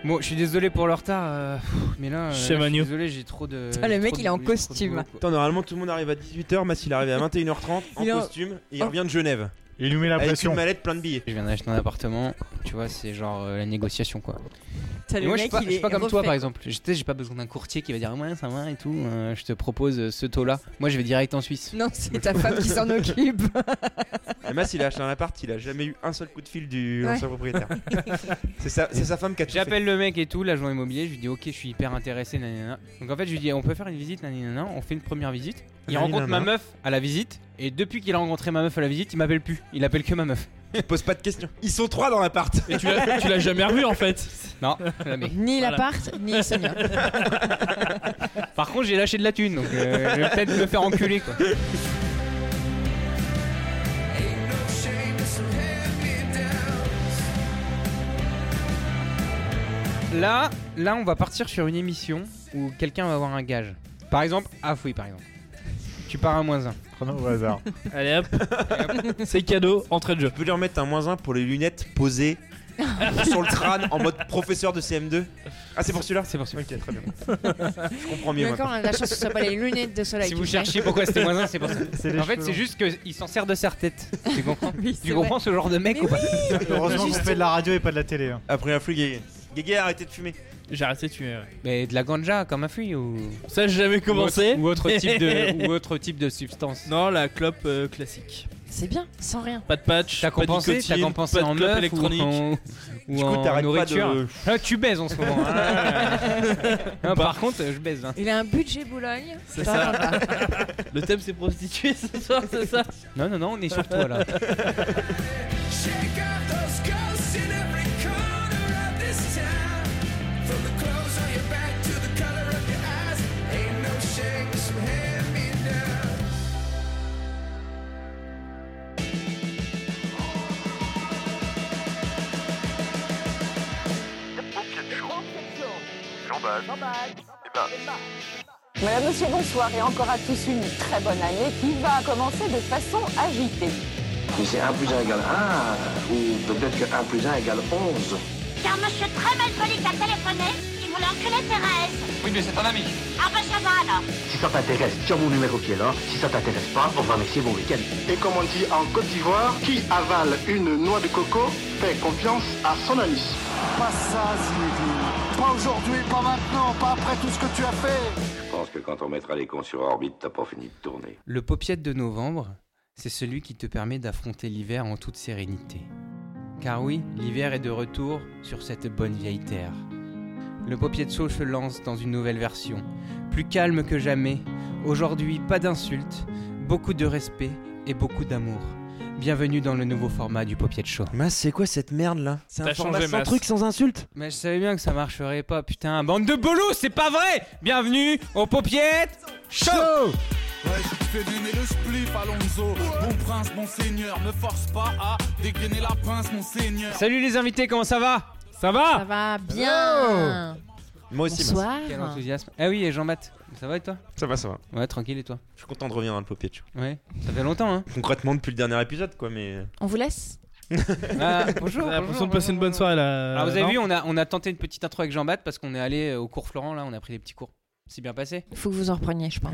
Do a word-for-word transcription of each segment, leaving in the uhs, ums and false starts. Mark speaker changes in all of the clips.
Speaker 1: Bon, je suis désolé pour le retard, euh, mais là, euh, là, je suis
Speaker 2: Manu.
Speaker 1: désolé, j'ai trop de.
Speaker 3: Ah, le
Speaker 1: j'ai
Speaker 3: mec,
Speaker 1: trop
Speaker 3: il
Speaker 1: de
Speaker 3: est en
Speaker 1: boulot, j'ai trop de
Speaker 3: costume.
Speaker 1: boulot, quoi.
Speaker 4: Attends, normalement tout le monde arrive à dix-huit heures, Mass il arrive à vingt et une heures trente en
Speaker 3: Il est en-
Speaker 4: costume et il
Speaker 3: en-
Speaker 4: revient de Genève.
Speaker 5: Il nous met la
Speaker 4: Avec
Speaker 5: pression.
Speaker 4: une mallette plein de billets.
Speaker 1: Je viens d'acheter un appartement, tu vois, c'est genre euh, la négociation quoi.
Speaker 3: T'as
Speaker 1: Et
Speaker 3: le
Speaker 1: moi, je
Speaker 3: mec,
Speaker 1: suis pas,
Speaker 3: il
Speaker 1: je suis
Speaker 3: est
Speaker 1: pas comme toi
Speaker 3: refait.
Speaker 1: par exemple. Je sais, j'ai pas besoin d'un courtier qui va dire ouais, ça va et tout. euh, je te propose euh, ce taux-là. Moi, je vais direct en Suisse.
Speaker 3: Non, c'est ta femme qui s'en occupe.
Speaker 4: Et Mass il a acheté un appart, il a jamais eu un seul coup de fil du
Speaker 3: Ouais.
Speaker 4: l'ancien propriétaire. c'est sa, c'est sa femme qui a tout fait.
Speaker 1: J'appelle le mec et tout, l'agent immobilier, je lui dis ok, je suis hyper intéressé, nanana. Donc en fait, je lui dis on peut faire une visite, nanana. On fait une première visite. Il
Speaker 4: Nanana.
Speaker 1: rencontre ma meuf à la visite et depuis qu'il a rencontré ma meuf à la visite, il m'appelle plus. Il appelle que ma meuf.
Speaker 4: Il pose pas de questions. Ils sont trois dans l'appart.
Speaker 2: Et tu l'as, tu l'as jamais revu en fait.
Speaker 1: Non, jamais.
Speaker 3: Ni
Speaker 2: Voilà.
Speaker 3: l'appart, ni Sonia.
Speaker 1: Par contre, j'ai lâché de la thune, donc euh, je vais peut-être me faire enculer quoi. Là, là, on va partir sur une émission où quelqu'un va avoir un gage. Par exemple, ah oui, par exemple. Tu pars à moins un.
Speaker 5: Prenons au hasard.
Speaker 2: Allez hop. C'est cadeau, entrée de jeu.
Speaker 4: Tu peux lui remettre un moins un pour les lunettes posées sur le crâne en mode professeur de C M deux. Ah, c'est pour celui-là.
Speaker 1: C'est pour ça.
Speaker 4: Ok, très bien. Je comprends mieux
Speaker 3: D'accord,
Speaker 4: maintenant.
Speaker 3: on a de la chance que ce soit pas les lunettes de soleil.
Speaker 1: Si
Speaker 3: qui
Speaker 1: vous
Speaker 3: fait.
Speaker 1: cherchiez pourquoi c'était moins un, c'est pour ça.
Speaker 5: C'est les
Speaker 1: En fait,
Speaker 5: cheveux,
Speaker 1: c'est
Speaker 5: hein.
Speaker 1: juste qu'il s'en sert de serre-tête. Tu comprends
Speaker 3: Oui, c'est
Speaker 1: Tu comprends ce genre de mec
Speaker 3: Mais
Speaker 1: ou pas
Speaker 5: Heureusement qu'on fait de la radio et pas de la télé. hein.
Speaker 4: Après un flux, Guégué. Guégué, arrêtez de fumer.
Speaker 2: J'ai arrêté de tuer. Ouais.
Speaker 1: Mais de la ganja comme un fruit ou
Speaker 2: Ça, j'ai jamais commencé.
Speaker 1: ou autre, ou autre type de ou autre type de substance.
Speaker 2: Non, la clope euh, classique.
Speaker 3: C'est bien, sans rien.
Speaker 2: Pas de patch,
Speaker 1: T'as
Speaker 2: pas de
Speaker 1: compensé,
Speaker 2: nicotine,
Speaker 1: t'as compensé
Speaker 2: pas de
Speaker 1: en
Speaker 2: clope
Speaker 1: meuf
Speaker 2: électronique.
Speaker 1: ou en, ou
Speaker 4: Du coup,
Speaker 1: en
Speaker 4: t'arrêtes pas
Speaker 1: nourriture.
Speaker 4: de.
Speaker 1: Ah, tu baises en ce moment. Ah. Non, par contre, je baise. Hein.
Speaker 3: Il a un budget Boulogne.
Speaker 2: C'est
Speaker 3: Ça
Speaker 2: ça.
Speaker 3: va pas.
Speaker 2: Le thème c'est prostituée ce soir, c'est ça.
Speaker 1: Non, non, non, on est sur toi là.
Speaker 6: Shake off those ghosts in every corner of this town. From the clothes on your back to the color of your eyes. Ain't no shame, so hand me down.
Speaker 7: Madame, monsieur, bonsoir et encore à tous une très bonne année qui va commencer de façon agitée.
Speaker 8: Mais c'est un plus un égale un, ou peut-être que un plus un égale onze.
Speaker 9: Car monsieur très malpoli a téléphoné, il voulait enculer Thérèse.
Speaker 8: Oui, mais c'est ton ami.
Speaker 9: Ah ben ça va alors.
Speaker 8: Si ça t'intéresse, tu as mon numéro qui est là. Si ça t'intéresse pas, on va mixer bon week-end. Et comme on dit en Côte d'Ivoire, qui avale une noix de coco fait confiance à son ami.
Speaker 10: Pas ça, Zinedine. Pas aujourd'hui, pas maintenant, pas après tout ce que tu as fait.
Speaker 8: Je pense que quand on mettra les cons sur orbite, t'as pas fini de tourner.
Speaker 1: Le paupiette de novembre, c'est celui qui te permet d'affronter l'hiver en toute sérénité. Car oui, l'hiver est de retour sur cette bonne vieille terre. Le paupiette chaud se lance dans une nouvelle version, plus calme que jamais. Aujourd'hui, pas d'insultes, beaucoup de respect et beaucoup d'amour. Bienvenue dans le nouveau format du paupiette chaud.
Speaker 4: Mass, c'est quoi cette merde là? C'est
Speaker 2: T'as
Speaker 4: un format
Speaker 2: changé,
Speaker 4: sans
Speaker 2: Mass.
Speaker 4: truc, sans insulte.
Speaker 1: Mais je savais bien que ça marcherait pas, putain, bande de bolos, c'est pas vrai. Bienvenue au paupiette chaud.
Speaker 6: Ouais, je fais donner le spliff Alonso. Bon prince, bon seigneur, ne force pas à dégainer la pince, mon seigneur.
Speaker 1: Salut les invités, comment ça va? Ça va?
Speaker 3: Ça va bien.
Speaker 4: Moi aussi, Mass.
Speaker 3: Bonsoir.
Speaker 1: Quel enthousiasme. Ah oui, et Jean-Baptiste, ça va et toi?
Speaker 4: Ça va, ça va.
Speaker 1: Ouais, tranquille et toi?
Speaker 4: Je suis content de revenir dans le Paupiette Show.
Speaker 1: Ouais, ça fait longtemps hein.
Speaker 4: Concrètement, depuis le dernier épisode, quoi, mais.
Speaker 3: On vous laisse.
Speaker 1: Ah, bonjour.
Speaker 2: J'ai l'impression de passer une bonne soirée là.
Speaker 1: Alors vous avez
Speaker 2: non
Speaker 1: vu, on a, on a tenté une petite intro avec Jean-Baptiste parce qu'on est allé au cours Florent, là, on a pris des petits cours. C'est bien passé.
Speaker 3: Faut que vous en repreniez, je pense.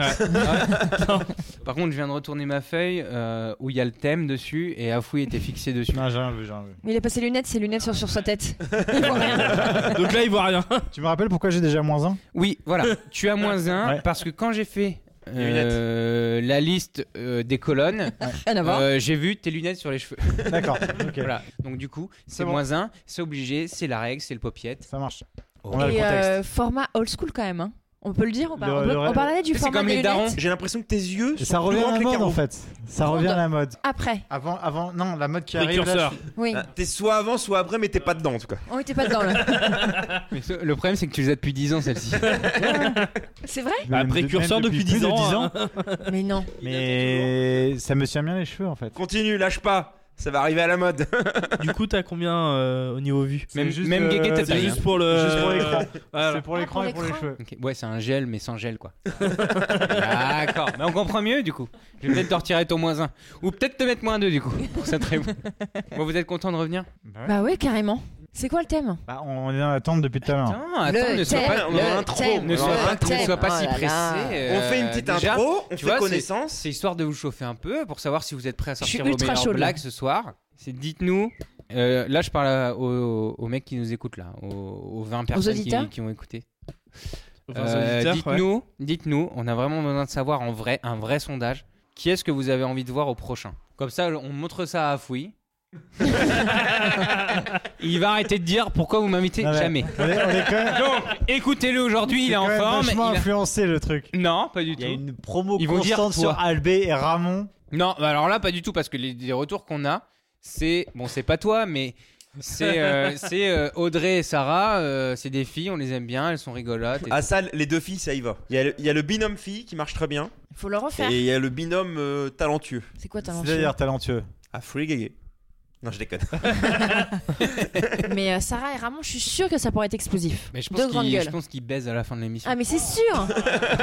Speaker 1: Par contre, je viens de retourner ma feuille euh, où il y a le thème dessus et Afoui était fixé dessus.
Speaker 5: Non, j'ai rien vu, j'ai rien vu.
Speaker 3: Mais il a pas ses lunettes, ses lunettes sont sur sa tête. Il voit rien.
Speaker 2: Donc là il voit rien.
Speaker 5: Tu me rappelles pourquoi j'ai déjà moins un?
Speaker 1: Oui, voilà. Tu as moins un
Speaker 5: Ouais.
Speaker 1: parce que quand j'ai fait euh, la liste euh, des colonnes,
Speaker 3: Rien à voir.
Speaker 1: euh, j'ai vu tes lunettes sur les cheveux.
Speaker 5: D'accord, ok.
Speaker 1: Voilà. Donc du coup, c'est
Speaker 5: C'est bon.
Speaker 1: moins un, c'est obligé, c'est la règle, c'est le paupiette.
Speaker 5: Ça marche.
Speaker 1: Oh.
Speaker 5: On a le
Speaker 3: Et
Speaker 5: contexte.
Speaker 3: euh, format old school quand même. Hein. On peut le dire ou pas?
Speaker 5: Le-
Speaker 3: on, peut-
Speaker 5: le-
Speaker 3: on parlait du
Speaker 1: C'est
Speaker 3: format
Speaker 1: comme
Speaker 3: des
Speaker 1: les darons.
Speaker 3: lunettes
Speaker 4: J'ai l'impression que tes yeux.
Speaker 5: Et
Speaker 4: sont
Speaker 5: ça
Speaker 4: plus
Speaker 5: revient
Speaker 4: grands
Speaker 5: à
Speaker 4: que
Speaker 5: la
Speaker 4: les
Speaker 5: mode
Speaker 4: carreaux.
Speaker 5: en fait. Ça revient à la mode.
Speaker 3: Après.
Speaker 5: Avant, avant, non, la mode qui arrive.
Speaker 2: Précurseur.
Speaker 5: Là,
Speaker 3: Oui.
Speaker 4: Ah, t'es soit avant, soit après, mais t'es pas dedans en tout cas.
Speaker 3: On était pas dedans là.
Speaker 1: Mais ce- le problème, c'est que tu les as depuis dix ans, celle-ci.
Speaker 3: C'est vrai?
Speaker 5: Même
Speaker 2: Bah, précurseur
Speaker 5: même
Speaker 2: depuis
Speaker 5: plus
Speaker 2: dix
Speaker 5: de
Speaker 2: ans,
Speaker 5: dix
Speaker 2: hein.
Speaker 3: Mais non.
Speaker 5: Mais ça me tient bien les cheveux en fait.
Speaker 4: Continue, lâche pas. Ça va arriver à la mode.
Speaker 2: Du coup t'as combien euh, au niveau vue?
Speaker 1: Même,
Speaker 5: juste,
Speaker 1: même
Speaker 5: euh,
Speaker 1: Guégué, t'as
Speaker 5: c'est
Speaker 1: taille,
Speaker 2: Juste
Speaker 1: hein.
Speaker 2: pour le.
Speaker 5: Juste pour l'écran.
Speaker 2: Voilà.
Speaker 5: C'est pour l'écran
Speaker 3: pour
Speaker 5: et pour les
Speaker 3: l'écran.
Speaker 5: cheveux.
Speaker 1: Ok. Ouais, c'est un gel, mais sans gel, quoi. D'accord. Mais on comprend mieux, du coup. Je vais peut-être te retirer ton moins un. Ou peut-être te mettre moins deux, du coup. Pour cette réponse. Bon, vous êtes content de revenir?
Speaker 3: Bah ouais, carrément. C'est quoi le thème?
Speaker 5: Bah, on est dans l'attente depuis tout à l'heure.
Speaker 1: Attends, attends, ne sois pas,
Speaker 4: on est en intro.
Speaker 3: thème,
Speaker 1: ne sois
Speaker 4: le
Speaker 1: pas,
Speaker 3: thème.
Speaker 1: ne sois pas
Speaker 3: Oh
Speaker 1: si
Speaker 3: là
Speaker 1: pressé.
Speaker 3: là.
Speaker 1: euh,
Speaker 4: On fait une petite
Speaker 1: déjà,
Speaker 4: intro, on
Speaker 1: tu
Speaker 4: fait
Speaker 1: vois, c'est-
Speaker 4: connaissance.
Speaker 1: C'est histoire de vous chauffer un peu pour savoir si vous êtes prêts à
Speaker 3: Je suis
Speaker 1: sortir vos
Speaker 3: ultra
Speaker 1: meilleures
Speaker 3: chaude, là.
Speaker 1: blagues ce soir. C'est dites-nous. euh, là, je parle à- aux, aux mecs qui nous écoutent là, aux, aux vingt personnes qui,
Speaker 3: auditeurs
Speaker 1: qui ont écouté.
Speaker 2: Enfin,
Speaker 1: Euh,
Speaker 2: auditeurs, ouais.
Speaker 1: dites-nous, dites-nous. On a vraiment besoin de savoir en vrai, un vrai sondage. Qui est-ce que vous avez envie de voir au prochain? Comme ça, on montre ça à Fouille. Il va arrêter de dire pourquoi vous m'invitez
Speaker 5: Non, mais
Speaker 1: jamais.
Speaker 5: On est, on est quand même,
Speaker 1: Donc, écoutez-le aujourd'hui, il
Speaker 5: c'est
Speaker 1: est
Speaker 5: quand
Speaker 1: en
Speaker 5: même
Speaker 1: forme.
Speaker 5: vachement
Speaker 1: il a-
Speaker 5: influencé le truc.
Speaker 1: Non, pas du
Speaker 5: Il y a
Speaker 1: tout.
Speaker 5: une promo
Speaker 1: Ils vont dire
Speaker 5: constante
Speaker 1: toi.
Speaker 5: sur Albé et Ramon.
Speaker 1: Non, bah alors là, pas du tout, parce que les, les retours qu'on a, c'est. Bon, c'est pas toi, mais. C'est euh, c'est, euh, Audrey et Sarah, euh, c'est des filles, on les aime bien, elles sont rigolotes. et
Speaker 4: Ah ça, les deux filles, ça y va. Il y a le, il y a le binôme fille qui marche très bien.
Speaker 3: Il faut le refaire.
Speaker 4: Et il y a le binôme euh, talentueux.
Speaker 3: C'est quoi ta
Speaker 5: C'est-à-dire talentueux.
Speaker 4: Ah, free gay. Non, je déconne.
Speaker 3: Mais euh, Sarah et Ramon, je suis sûre que ça pourrait être explosif.
Speaker 1: Mais je pense
Speaker 3: Deux grandes
Speaker 1: qu'ils
Speaker 3: gueules.
Speaker 1: je pense qu'ils baisent à la fin de l'émission.
Speaker 3: Ah mais c'est sûr. Ah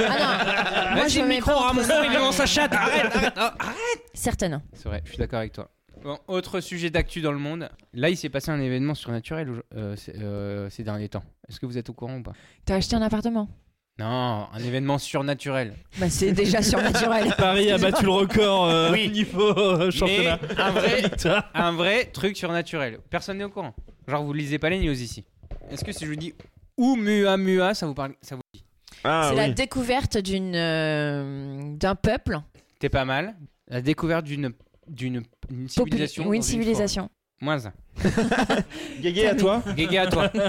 Speaker 3: non. Moi
Speaker 1: Vas-y,
Speaker 3: je
Speaker 1: le
Speaker 3: me mets
Speaker 1: micro,
Speaker 3: pas entre
Speaker 1: Ramon,
Speaker 3: eux.
Speaker 1: il est dans sa chatte, arrête, arrête, ah.
Speaker 3: Certaines.
Speaker 1: C'est vrai, je suis d'accord avec toi. Bon, autre sujet d'actu dans le monde. Là, il s'est passé un événement surnaturel euh, ces, euh, ces derniers temps. Est-ce que vous êtes au courant ou pas?
Speaker 3: T'as acheté un appartement?
Speaker 1: Non, un événement surnaturel.
Speaker 3: Bah c'est déjà surnaturel.
Speaker 2: Paris a battu le record euh,
Speaker 1: Oui.
Speaker 2: niveau euh, championnat.
Speaker 1: Mais un vrai,
Speaker 2: Victoire.
Speaker 1: un vrai truc surnaturel. Personne n'est au courant. Genre, vous lisez pas les news ici. Est-ce que si je vous dis Oumuamua, ça vous parle, ça vous dit?
Speaker 4: Ah
Speaker 3: C'est la
Speaker 4: oui.
Speaker 3: découverte d'une euh, d'un peuple.
Speaker 1: T'es pas mal. La découverte d'une d'une une civilisation.
Speaker 3: Popul- Oui, une
Speaker 1: dans
Speaker 3: civilisation.
Speaker 1: forêt. Moins un.
Speaker 4: Guégué à toi.
Speaker 1: Guégué à toi.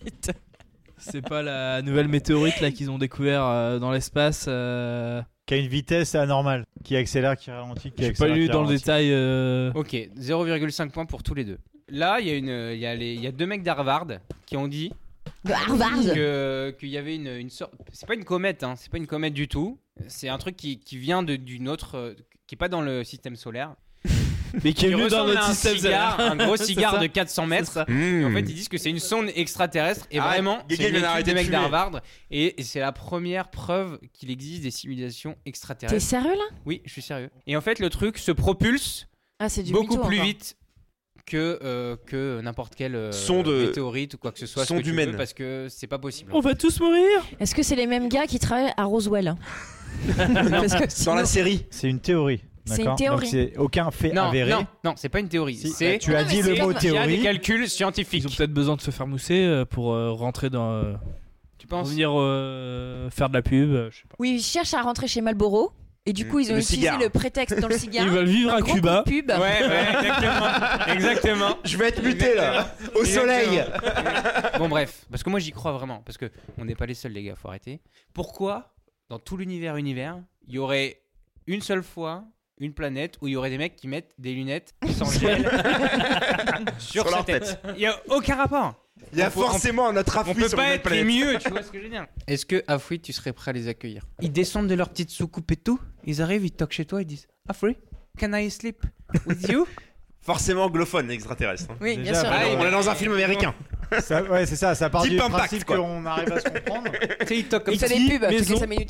Speaker 2: C'est pas la nouvelle météorite là qu'ils ont découvert euh, dans l'espace. Euh...
Speaker 5: Qui a une vitesse anormale. Qui accélère, qui ralentit, qui
Speaker 2: J'ai pas
Speaker 5: accélère.
Speaker 2: lu
Speaker 5: qui
Speaker 2: dans le
Speaker 5: ralentit.
Speaker 2: détail. euh,
Speaker 1: Ok, zéro virgule cinq points pour tous les deux. Là, il y a une, il y a les, il y a deux mecs d'Harvard qui ont dit
Speaker 3: De Harvard.
Speaker 1: que qu'il y avait une, une sorte. C'est pas une comète, hein. C'est pas une comète du tout. C'est un truc qui, qui vient de- d'une autre, euh, qui est pas dans le système solaire.
Speaker 2: Mais qui est
Speaker 1: Qui
Speaker 2: venu dans
Speaker 1: ressemble
Speaker 2: notre
Speaker 1: à un
Speaker 2: système
Speaker 1: cigare,
Speaker 2: solaire.
Speaker 1: un gros
Speaker 2: C'est
Speaker 1: cigare
Speaker 2: ça.
Speaker 1: de quatre cents mètres.
Speaker 2: C'est ça.
Speaker 1: Et en fait,
Speaker 4: Mmh.
Speaker 1: ils disent que c'est une sonde extraterrestre. Et
Speaker 4: Ah,
Speaker 1: vraiment,
Speaker 4: Guégué
Speaker 1: c'est une
Speaker 4: vient
Speaker 1: étude
Speaker 4: d'arrêter
Speaker 1: des
Speaker 4: de
Speaker 1: mecs
Speaker 4: fumer.
Speaker 1: d'Harvard. Et, et c'est la première preuve qu'il existe des civilisations
Speaker 3: T'es
Speaker 1: extraterrestres.
Speaker 3: sérieux là?
Speaker 1: Oui, je suis sérieux. Et en fait, le truc se propulse
Speaker 3: Ah c'est du
Speaker 1: beaucoup
Speaker 3: mytho,
Speaker 1: plus
Speaker 3: encore.
Speaker 1: vite que, euh, que n'importe quelle euh,
Speaker 4: Sonde-
Speaker 1: météorite ou quoi que ce soit. ce
Speaker 4: sonde
Speaker 1: que tu
Speaker 4: humaine.
Speaker 1: veux, parce que c'est pas possible.
Speaker 2: On va tous mourir.
Speaker 3: Est-ce que c'est les mêmes gars qui travaillent à Roswell? Parce que
Speaker 4: Dans
Speaker 3: sinon-
Speaker 4: la série.
Speaker 5: C'est une théorie.
Speaker 3: C'est
Speaker 5: d'accord
Speaker 3: une théorie.
Speaker 5: Donc c'est aucun fait
Speaker 1: Non,
Speaker 5: avéré.
Speaker 1: non, non, c'est pas une théorie.
Speaker 5: Si,
Speaker 1: c'est
Speaker 5: tu as
Speaker 3: Non,
Speaker 5: dit
Speaker 3: mais
Speaker 5: le
Speaker 3: c'est
Speaker 5: mot
Speaker 3: comme-
Speaker 1: il y a des
Speaker 5: théorie.
Speaker 1: calculs scientifiques.
Speaker 2: Ils ont peut-être besoin de se faire mousser euh, pour euh, rentrer dans. euh,
Speaker 1: Tu penses?
Speaker 2: venir euh, faire de la pub. euh, je sais pas.
Speaker 3: Oui, ils cherchent à rentrer chez Marlboro. Et du coup, ils ont
Speaker 4: Le
Speaker 3: utilisé
Speaker 4: cigare.
Speaker 3: le prétexte dans le cigare.
Speaker 2: Ils veulent vivre
Speaker 3: Un
Speaker 2: à
Speaker 3: gros
Speaker 2: Cuba.
Speaker 3: coup de pub.
Speaker 1: Ouais, ouais, exactement. Exactement.
Speaker 4: Je vais être muté là. Au soleil.
Speaker 1: Bon, bref, parce que moi j'y crois vraiment. Parce que on n'est pas les seuls, les gars, faut arrêter. Pourquoi, dans tout l'univers, univers, il y aurait une seule fois une planète où il y aurait des mecs qui mettent des lunettes sans gel sur,
Speaker 4: Sur
Speaker 1: sa
Speaker 4: leur
Speaker 1: tête? Il y a aucun rapport.
Speaker 4: Il y a
Speaker 1: On peut-
Speaker 4: forcément un autre
Speaker 1: On
Speaker 4: afflux
Speaker 1: peut
Speaker 4: sur
Speaker 1: pas
Speaker 4: une
Speaker 1: être
Speaker 4: planète.
Speaker 1: les mieux, tu vois ce que je veux dire? Est-ce que Afri, tu serais prêt à les accueillir? Ils descendent de leur petite soucoupe et tout. Ils arrivent, ils toquent chez toi, ils disent Afri, can I sleep with you?
Speaker 4: Forcément anglophone extraterrestre. hein.
Speaker 3: Oui, bien
Speaker 5: Déjà,
Speaker 3: sûr.
Speaker 5: bah,
Speaker 4: On est dans un film américain.
Speaker 5: Ça- ouais, c'est ça. Ça part
Speaker 4: Type
Speaker 5: du
Speaker 4: Impact,
Speaker 5: principe
Speaker 4: quoi.
Speaker 5: qu'on arrive à se comprendre.
Speaker 1: Tu sais, ils toquent comme
Speaker 3: Il fait
Speaker 1: ça.
Speaker 3: des pubs toutes
Speaker 2: maison.
Speaker 3: les cinq minutes.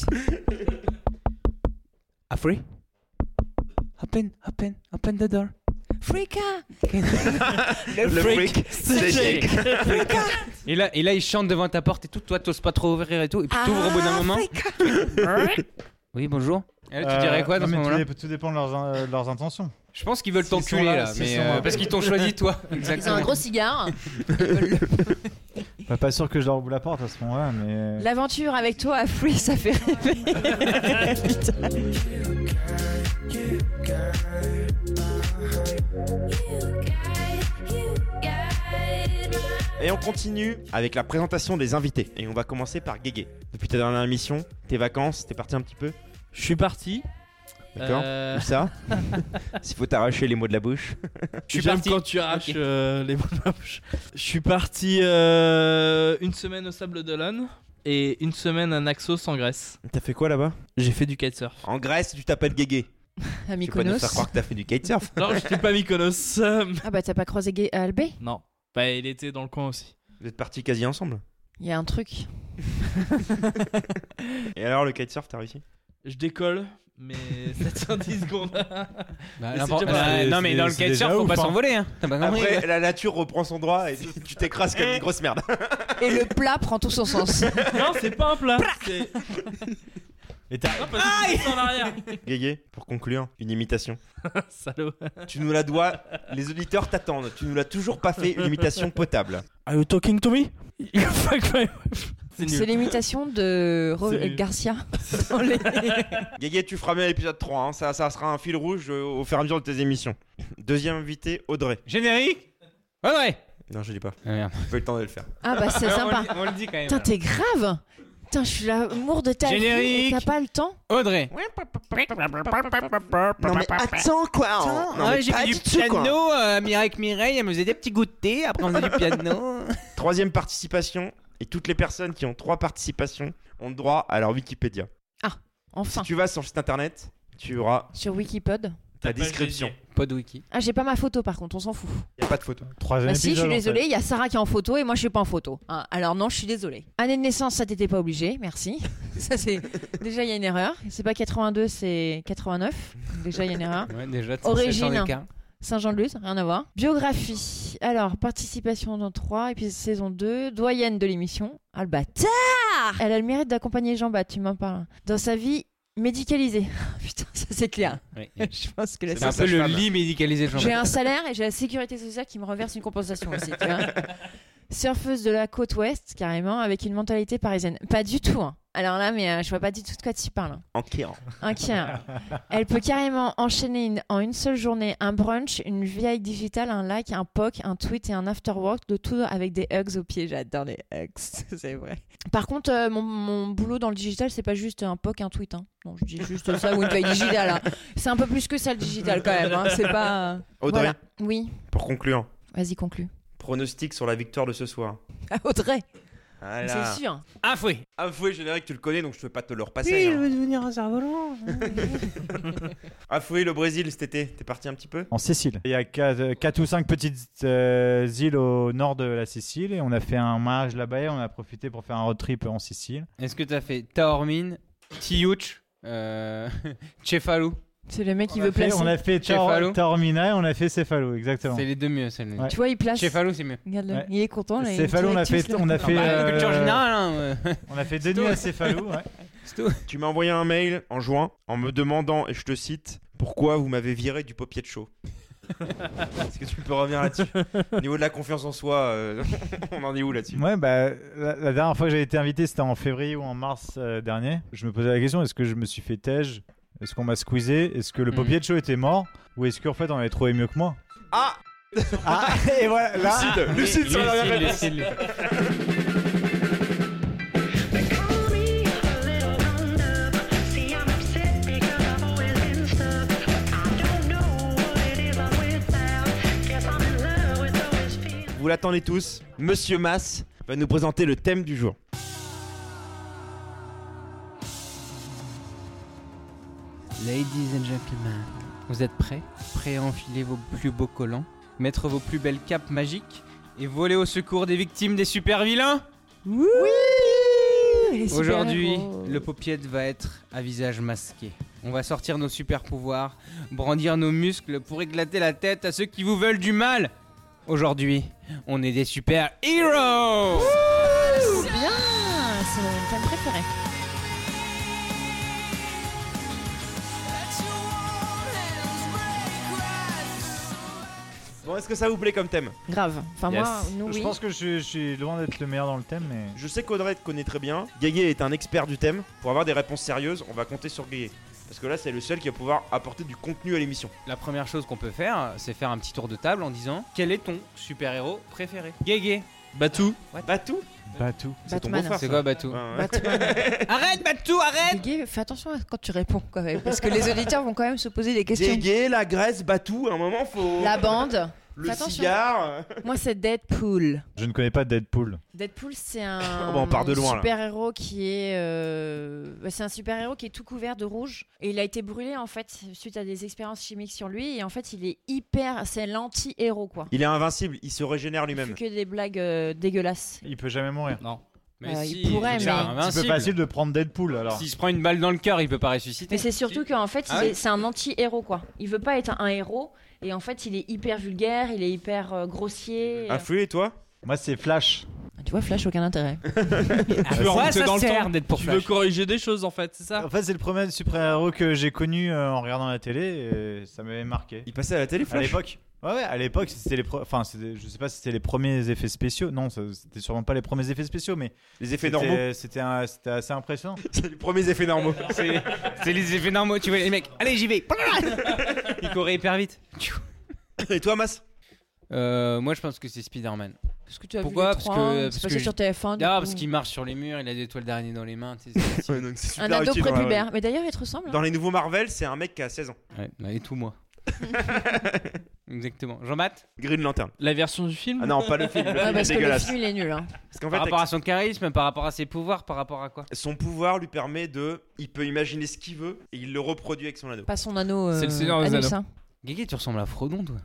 Speaker 1: Afri, open, open, open the door.
Speaker 3: Frika.
Speaker 4: Le freak, c'est Jake.
Speaker 1: Et là, et là, ils chantent devant ta porte et tout. Toi, t'oses pas trop ouvrir et tout. Et puis t'ouvres au bout d'un moment. Oui, bonjour. Et là, tu dirais quoi
Speaker 5: Euh,
Speaker 1: dans
Speaker 5: non,
Speaker 1: ce
Speaker 5: mais
Speaker 1: moment-là?
Speaker 5: tout, dé- tout dépend de leurs, in- euh, de leurs intentions.
Speaker 1: Je pense qu'ils veulent
Speaker 5: S'ils
Speaker 1: t'enculer
Speaker 5: sont là,
Speaker 1: là,
Speaker 5: s'ils
Speaker 1: mais
Speaker 5: sont
Speaker 1: euh,
Speaker 5: là.
Speaker 1: parce qu'ils t'ont choisi toi.
Speaker 3: Ils ont
Speaker 1: Exactement.
Speaker 3: un gros cigare. Ils veulent le-
Speaker 5: Bah, pas sûr que je leur ouvre la porte à ce moment-là, mais.
Speaker 3: L'aventure avec toi à Free, ça fait rêver. Putain.
Speaker 4: Et on continue avec la présentation des invités. Et on va commencer par Guégué. Depuis ta dernière émission, tes vacances, t'es parti un petit peu.
Speaker 2: Je suis parti.
Speaker 4: D'accord.
Speaker 2: Euh,
Speaker 4: Où ça? S'il faut t'arracher les mots de la bouche.
Speaker 1: Je suis
Speaker 2: J'aime
Speaker 1: parti.
Speaker 2: quand tu arraches
Speaker 1: Ok.
Speaker 2: euh, les mots de ma bouche. Je suis parti euh, une semaine au Sable d'Olonne et une semaine à Naxos en Grèce.
Speaker 4: T'as fait quoi là-bas?
Speaker 2: J'ai fait du kitesurf.
Speaker 4: En Grèce, tu t'appelles Guégué.
Speaker 3: À
Speaker 4: Tu peux pas nous
Speaker 3: Mykonos.
Speaker 4: faire croire que t'as fait du kitesurf.
Speaker 2: Non, je n'étais pas Mykonos. euh,
Speaker 3: Ah bah t'as pas croisé Gay à Albé?
Speaker 2: non, bah il était dans le coin aussi.
Speaker 4: Vous êtes partis quasi ensemble.
Speaker 3: Il y a un truc.
Speaker 4: Et alors, le kitesurf, t'as réussi?
Speaker 2: je décolle, mais sept cent dix secondes.
Speaker 1: Bah,
Speaker 2: Mais
Speaker 1: l'important-
Speaker 2: c'est déjà pas-
Speaker 1: euh, non, mais
Speaker 5: c'est-
Speaker 1: dans le
Speaker 5: c'est
Speaker 1: kitesurf,
Speaker 5: déjà
Speaker 1: faut
Speaker 5: ouf,
Speaker 1: pas
Speaker 5: hein.
Speaker 1: s'envoler. Hein. T'as pas compris.
Speaker 4: Après, la nature reprend son droit et tu tu t'écrases comme une grosse merde.
Speaker 3: Et le plat prend tout son sens.
Speaker 2: Non, c'est pas un plat. C'est...
Speaker 5: Et t'as-
Speaker 2: Non, parce que tu descends en arrière.
Speaker 4: Guégué, pour conclure, une imitation.
Speaker 2: Salaud.
Speaker 4: Tu nous la dois, les auditeurs t'attendent. Tu nous l'as toujours pas fait, une imitation potable.
Speaker 2: Are you talking to me? You fuck my wife. C'est
Speaker 3: C'est
Speaker 2: nul.
Speaker 3: l'imitation de Ro-
Speaker 5: C'est nul.
Speaker 3: Garcia. Dans les-
Speaker 4: Guégué, tu feras bien l'épisode trois, hein. ça, ça sera un fil rouge euh, au fur et à mesure de tes émissions. Deuxième invité, Audrey.
Speaker 1: Générique. Audrey.
Speaker 4: Non, je dis pas.
Speaker 1: Ah, merde.
Speaker 4: J'ai pas eu le temps de le faire.
Speaker 3: Ah bah c'est
Speaker 1: on,
Speaker 3: sympa.
Speaker 1: le dit, on le dit quand même.
Speaker 3: Putain, t'es grave. Putain, je suis l'amour de ta vie.
Speaker 1: Générique.
Speaker 3: T'as pas le temps?
Speaker 1: Audrey.
Speaker 4: Non mais attends quoi
Speaker 1: Attends,
Speaker 4: Non,
Speaker 1: ouais,
Speaker 4: mais
Speaker 1: j'ai
Speaker 4: pas
Speaker 1: fait du
Speaker 4: du tout, quoi.
Speaker 1: piano euh, avec Mireille, elle me faisait des petits goûters, après on faisait du piano.
Speaker 4: Troisième participation, et toutes les personnes qui ont trois participations ont droit à leur Wikipédia.
Speaker 3: Enfin.
Speaker 4: Si tu vas sur le site internet, tu auras
Speaker 3: Sur Wikipod.
Speaker 4: ta description.
Speaker 1: Pas de wiki.
Speaker 3: Ah, j'ai pas ma photo par contre, on s'en fout.
Speaker 4: Il a pas de photo.
Speaker 5: Troisième
Speaker 3: Bah si, je
Speaker 5: épisode,
Speaker 3: suis
Speaker 5: en
Speaker 3: désolée,
Speaker 5: fait.
Speaker 3: il y a Sarah qui est en photo et moi je suis pas en photo. Hein, alors non, je suis désolée. Année de naissance, ça t'était pas obligé, merci. Ça c'est déjà il y a une erreur. C'est pas quatre-vingt-deux, c'est quatre-vingt-neuf. Déjà il y a une erreur.
Speaker 1: Ouais, déjà,
Speaker 3: Origine. Saint-Jean-de-Luz, rien à voir. Biographie. Alors, participation dans trois, et puis saison deux, doyenne de l'émission. Ah le bâtard. Elle a le mérite d'accompagner Jean-Baptiste, tu m'en parles. Dans sa vie médicalisée. Putain, ça c'est clair.
Speaker 1: Oui.
Speaker 3: Je pense que là,
Speaker 4: C'est
Speaker 1: C'est un
Speaker 3: c'est
Speaker 1: peu le
Speaker 4: sage-femme.
Speaker 1: lit médicalisé de
Speaker 3: J'ai
Speaker 1: Jean-Baptiste.
Speaker 3: un salaire et j'ai la sécurité sociale qui me reverse une compensation aussi, tu vois. Surfeuse de la côte ouest, carrément, avec une mentalité parisienne. Pas du tout, hein. Alors là, mais euh, je vois pas du tout de quoi tu parles. Hein.
Speaker 4: En Kéan.
Speaker 3: Inquiet. Elle peut carrément enchaîner une- en une seule journée un brunch, une vieille digitale, un like, un P O C, un tweet et un afterwork, de tout avec des hugs au pied. J'adore les hugs, c'est vrai. Par contre, euh, mon, mon boulot dans le digital, c'est pas juste un P O C, un tweet. Hein. Non, je dis juste ça ou une vieille digitale. Hein. C'est un peu plus que ça le digital quand même. Hein. C'est pas. euh,
Speaker 4: Audrey,
Speaker 3: Voilà. Oui,
Speaker 4: pour conclure,
Speaker 3: vas-y, conclue.
Speaker 4: pronostic sur la victoire de ce soir.
Speaker 3: Ah, Audrey,
Speaker 4: Voilà.
Speaker 3: c'est sûr.
Speaker 1: Ah, fouet.
Speaker 4: Ah, Fouet, générique, tu le connais donc je peux pas te le repasser. hein.
Speaker 1: veux devenir un cerf-volant.
Speaker 4: Ah, Fouet, le Brésil cet été, t'es parti un petit peu
Speaker 5: En Sicile. Il y a quatre ou cinq petites euh, îles au nord de la Sicile et on a fait un mariage là-bas et on a profité pour faire un road trip en Sicile.
Speaker 1: Est-ce que t'as fait Taormine, Tiouch, euh, Cefalou?
Speaker 3: C'est le mec qui
Speaker 5: on,
Speaker 3: veut
Speaker 5: a fait,
Speaker 3: placer.
Speaker 5: on a fait
Speaker 1: Cefalo.
Speaker 5: Taor- Taormina et on a fait Cefalo, exactement.
Speaker 1: C'est les deux mieux, celle-là.
Speaker 5: Ouais.
Speaker 3: Tu vois, il place.
Speaker 1: Cefalou, c'est mieux.
Speaker 3: Regarde-le,
Speaker 5: Ouais.
Speaker 3: il est content. Là, il
Speaker 5: Cefalo, on a
Speaker 3: directus,
Speaker 5: fait,
Speaker 3: là.
Speaker 5: on a
Speaker 1: Non,
Speaker 5: fait,
Speaker 1: bah,
Speaker 5: euh,
Speaker 1: culture générale, hein, ouais.
Speaker 5: on a fait deux
Speaker 1: C'est
Speaker 5: nuits
Speaker 1: tout.
Speaker 5: à Cefalo. Ouais.
Speaker 1: C'est tout.
Speaker 4: Tu m'as envoyé un mail en juin en me demandant, et je te cite, pourquoi vous m'avez viré du Popier de Show. Est-ce que tu peux revenir là-dessus? Au niveau de la confiance en soi, euh, on en est où là-dessus?
Speaker 5: Ouais, bah, la, la dernière fois que j'ai été invité, c'était en février ou en mars euh, dernier. Je me posais la question, est-ce que je me suis fait tège? Est-ce qu'on m'a squeezé? Est-ce que le
Speaker 1: Mhm.
Speaker 5: Popier de Show était mort? Ou est-ce qu'en fait on avait trouvé mieux que moi?
Speaker 4: Ah,
Speaker 5: Ah, et voilà, là,
Speaker 4: Lucide, Lucide sur la
Speaker 1: Lucide,
Speaker 4: réponse.
Speaker 1: Lucide, Lucide.
Speaker 4: Vous l'attendez tous, Monsieur Mas va nous présenter le thème du jour.
Speaker 1: Ladies and gentlemen, vous êtes prêts? Prêts à enfiler vos plus beaux collants, mettre vos plus belles capes magiques et voler au secours des victimes des super vilains?
Speaker 3: Oui, les super
Speaker 1: Aujourd'hui,
Speaker 3: héros.
Speaker 1: le paupiette va être à visage masqué. On va sortir nos super pouvoirs, brandir nos muscles pour éclater la tête à ceux qui vous veulent du mal. Aujourd'hui, on est des super héros.
Speaker 3: C'est bien, c'est mon thème préféré.
Speaker 4: Bon, est-ce que ça vous plaît comme thème?
Speaker 3: Grave. Enfin,
Speaker 1: Yes.
Speaker 3: moi, nous,
Speaker 5: je
Speaker 3: oui.
Speaker 5: pense que je, suis- je suis loin d'être le meilleur dans le thème, mais
Speaker 4: Je sais qu'Audrey te connaît très bien. Guégué est un expert du thème. Pour avoir des réponses sérieuses, on va compter sur Guégué. Parce que là, c'est le seul qui va pouvoir apporter du contenu à l'émission.
Speaker 1: La première chose qu'on peut faire, c'est faire un petit tour de table en disant quel est ton super héros préféré? Guégué.
Speaker 2: Batou.
Speaker 4: Batou?
Speaker 5: Batou.
Speaker 4: C'est ton
Speaker 3: Batman.
Speaker 4: beau-frère.
Speaker 1: C'est
Speaker 4: ça.
Speaker 1: quoi Batou?
Speaker 4: Ouais, ouais.
Speaker 3: Batman.
Speaker 1: Arrête Batou, arrête.
Speaker 3: Guégué, fais attention à quand tu réponds quand même, parce que les auditeurs vont quand même se poser des questions.
Speaker 4: Guégué, la graisse, Batou, à un moment faut.
Speaker 3: La bande.
Speaker 4: Le
Speaker 3: Fais attention.
Speaker 4: cigare.
Speaker 3: Moi, c'est Deadpool.
Speaker 5: Je ne connais pas Deadpool.
Speaker 3: Deadpool, c'est un
Speaker 4: Oh bah, on part de loin, là.
Speaker 3: super héros qui est, euh, bah, c'est un super héros qui est tout couvert de rouge et il a été brûlé en fait suite à des expériences chimiques sur lui et en fait il est hyper, c'est l'anti-héros quoi.
Speaker 4: Il est invincible, il se régénère
Speaker 3: Il fait
Speaker 4: lui-même.
Speaker 3: que des blagues euh, dégueulasses.
Speaker 5: Il peut jamais mourir.
Speaker 2: Non.
Speaker 1: Mais
Speaker 3: Euh,
Speaker 1: si,
Speaker 3: il pourrait,
Speaker 1: c'est
Speaker 3: mais-
Speaker 1: déjà
Speaker 5: C'est un peu
Speaker 1: invincible.
Speaker 5: facile de prendre Deadpool alors.
Speaker 1: S'il se prend une balle dans le cœur, il peut pas ressusciter.
Speaker 3: Mais c'est surtout qu'en fait,
Speaker 1: Ah
Speaker 3: il
Speaker 1: ouais
Speaker 3: est- c'est un anti-héros, quoi. Il veut pas être un héros, et en fait, il est hyper vulgaire, il est hyper euh, grossier.
Speaker 4: Ah, Flux, et toi?
Speaker 5: Moi, c'est Flash.
Speaker 3: Tu vois, Flash, aucun intérêt.
Speaker 1: À
Speaker 2: veux
Speaker 1: quoi
Speaker 2: remonter
Speaker 1: ça
Speaker 2: dans le
Speaker 1: sert
Speaker 2: temps.
Speaker 1: d'être pour
Speaker 2: Tu
Speaker 1: Flash
Speaker 2: veux corriger des choses en fait, c'est ça?
Speaker 5: En fait, c'est le premier super-héros que j'ai connu euh, en regardant la télé et ça m'avait marqué.
Speaker 4: Il passait à la télé,
Speaker 5: À
Speaker 4: Flash?
Speaker 5: l'époque. Ouais, ouais, à l'époque, c'était les pro- enfin, c'était- je sais pas si c'était les premiers effets spéciaux. Non, ça- c'était sûrement pas les premiers effets spéciaux, mais
Speaker 4: Les effets
Speaker 5: c'était-
Speaker 4: normaux.
Speaker 5: C'était un- c'était assez impressionnant.
Speaker 4: C'est les premiers effets normaux.
Speaker 1: C'est c'est les effets normaux, tu vois les mecs. Allez, j'y vais. Il courait hyper vite.
Speaker 4: Et toi, Mas?
Speaker 1: Euh, moi, je pense que c'est Spider-Man.
Speaker 3: Parce que tu as
Speaker 1: Pourquoi?
Speaker 3: vu les
Speaker 1: Parce
Speaker 3: trois,
Speaker 1: que-
Speaker 3: hein,
Speaker 1: parce
Speaker 3: c'est
Speaker 1: que
Speaker 3: passé
Speaker 1: je-
Speaker 3: sur T F un. du
Speaker 1: Ah,
Speaker 3: coup.
Speaker 1: parce qu'il marche sur les murs, il a des toiles d'araignée dans les mains. tu sais, c'est-
Speaker 4: Ouais, donc c'est super
Speaker 3: Un ado
Speaker 4: utile dans la vraie
Speaker 3: prépubère. Mais d'ailleurs, il te ressemble.
Speaker 4: vie.
Speaker 3: hein.
Speaker 4: Dans les nouveaux Marvel, c'est un mec qui a seize ans.
Speaker 1: Ouais, bah, et tout moi. Exactement. Jean-Baptiste,
Speaker 4: Green Lantern.
Speaker 2: La version du film?
Speaker 4: Ah non, pas le film. Le
Speaker 3: Ouais,
Speaker 4: film est
Speaker 3: parce que le
Speaker 4: dégueulasse.
Speaker 3: film, il est nul. hein.
Speaker 4: Parce qu'en
Speaker 1: par
Speaker 4: fait,
Speaker 1: rapport à son charisme, par rapport à ses pouvoirs, par rapport à quoi?
Speaker 4: son pouvoir lui permet de. Il peut imaginer ce qu'il veut et il le reproduit avec son anneau.
Speaker 3: Pas son anneau.
Speaker 2: C'est le
Speaker 3: euh,
Speaker 2: Seigneur des
Speaker 3: anus,
Speaker 2: Anneaux.
Speaker 3: hein.
Speaker 1: Guigui, tu ressembles à Frodon, toi.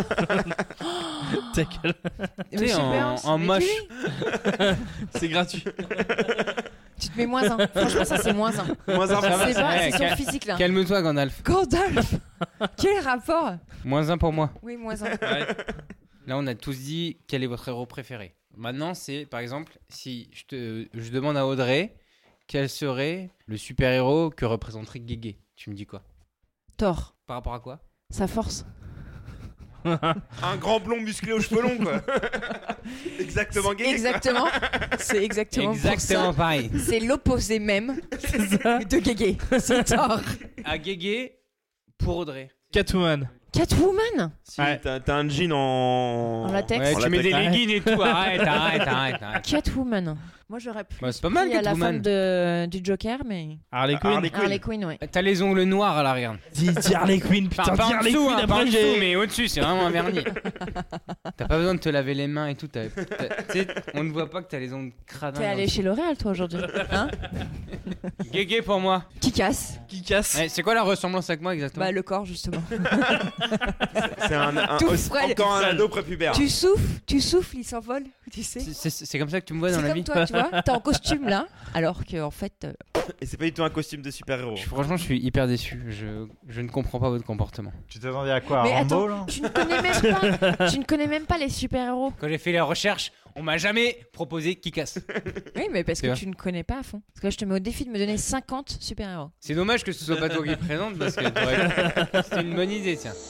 Speaker 2: Ta gueule.
Speaker 3: Mais
Speaker 1: Tu sais,
Speaker 3: super,
Speaker 1: en-
Speaker 3: c'est-
Speaker 1: en
Speaker 3: mais
Speaker 1: moche.
Speaker 3: tu es.
Speaker 2: C'est gratuit.
Speaker 3: Tu te mets moins un. Franchement, ça, c'est moins un.
Speaker 4: Moins un.
Speaker 1: Ça va,
Speaker 3: C'est
Speaker 1: ça
Speaker 3: pas,
Speaker 1: va,
Speaker 3: c'est son
Speaker 1: cal-
Speaker 3: physique là.
Speaker 1: Calme-toi, Gandalf.
Speaker 3: Gandalf Quel rapport?
Speaker 1: Moins un pour moi.
Speaker 3: Oui, moins un.
Speaker 2: Ouais.
Speaker 1: Là, on a tous dit quel est votre héros préféré. Maintenant, c'est par exemple, si je, te, je demande à Audrey quel serait le super-héros que représenterait Guégué. Tu me dis quoi?
Speaker 3: Thor.
Speaker 1: Par rapport à quoi?
Speaker 3: Sa force.
Speaker 4: Un grand blond musclé aux cheveux longs, quoi. Exactement gay.
Speaker 3: Exactement. C'est exactement, pour
Speaker 1: Exactement
Speaker 3: ça.
Speaker 1: pareil.
Speaker 3: C'est l'opposé même de Guégué. C'est Thor.
Speaker 1: À Guégué pour Audrey.
Speaker 2: Catwoman.
Speaker 3: Catwoman.
Speaker 4: Si,
Speaker 2: Ouais.
Speaker 4: t'as t'as un jean en.
Speaker 3: En latex.
Speaker 1: Ouais,
Speaker 4: En
Speaker 1: tu mets des
Speaker 4: latex.
Speaker 1: leggings et tout. Arrête, arrête, arrête, arrête.
Speaker 3: Catwoman. Moi, j'aurais pu.
Speaker 1: Bah, c'est pas mal,
Speaker 3: à la
Speaker 1: Catwoman.
Speaker 3: forme de, du Joker, mais.
Speaker 2: Harley Quinn.
Speaker 4: Harley Quinn.
Speaker 3: Harley Quinn, ouais.
Speaker 1: T'as les ongles noirs à la regarde.
Speaker 2: Dis, dis Harley Quinn, putain,
Speaker 1: Enfin, pas
Speaker 2: dis
Speaker 1: en
Speaker 2: Harley
Speaker 1: dessous,
Speaker 2: Quinn,
Speaker 1: hein, pas en
Speaker 2: après
Speaker 1: dessous,
Speaker 2: j'ai...
Speaker 1: mais au-dessus, c'est vraiment un vernis. T'as pas besoin de te laver les mains et tout. t'as- t'as- Tu sais, on ne voit pas que t'as les ongles cradins.
Speaker 3: T'es allé chez L'Oréal, toi, aujourd'hui. Hein?
Speaker 1: Guégué pour moi.
Speaker 3: Qui casse?
Speaker 2: Qui casse.
Speaker 1: Ouais, c'est quoi la ressemblance avec moi exactement?
Speaker 3: Bah, le corps, justement.
Speaker 4: C'est un, un-
Speaker 3: Tout
Speaker 4: aussi-
Speaker 3: frêle.
Speaker 4: encore un ado prépubère.
Speaker 3: Tu souffles, tu souffles, il s'envole, tu sais.
Speaker 1: C'est- C'est c'est comme ça que tu me vois dans
Speaker 3: C'est
Speaker 1: la
Speaker 3: comme
Speaker 1: vie.
Speaker 3: toi, tu vois. T'es en costume, là, alors que, en fait. euh,
Speaker 4: Et c'est pas du tout un costume de super-héros.
Speaker 1: Je- Franchement, je suis hyper déçu. Je, je ne comprends pas votre comportement.
Speaker 5: Tu t'attendais à quoi? À
Speaker 3: Mais
Speaker 5: Rambo,
Speaker 3: attends,
Speaker 5: là
Speaker 3: tu ne connais même pas, tu ne connais même pas les super-héros.
Speaker 1: Quand j'ai fait les recherches, on m'a jamais proposé qui casse.
Speaker 3: Oui, mais parce
Speaker 1: C'est
Speaker 3: que
Speaker 1: vrai.
Speaker 3: tu ne connais pas à fond. Parce que là, je te mets au défi de me donner cinquante super-héros.
Speaker 1: C'est dommage que ce soit pas toi qui présente parce que t'aurais- c'était une bonne idée, tiens.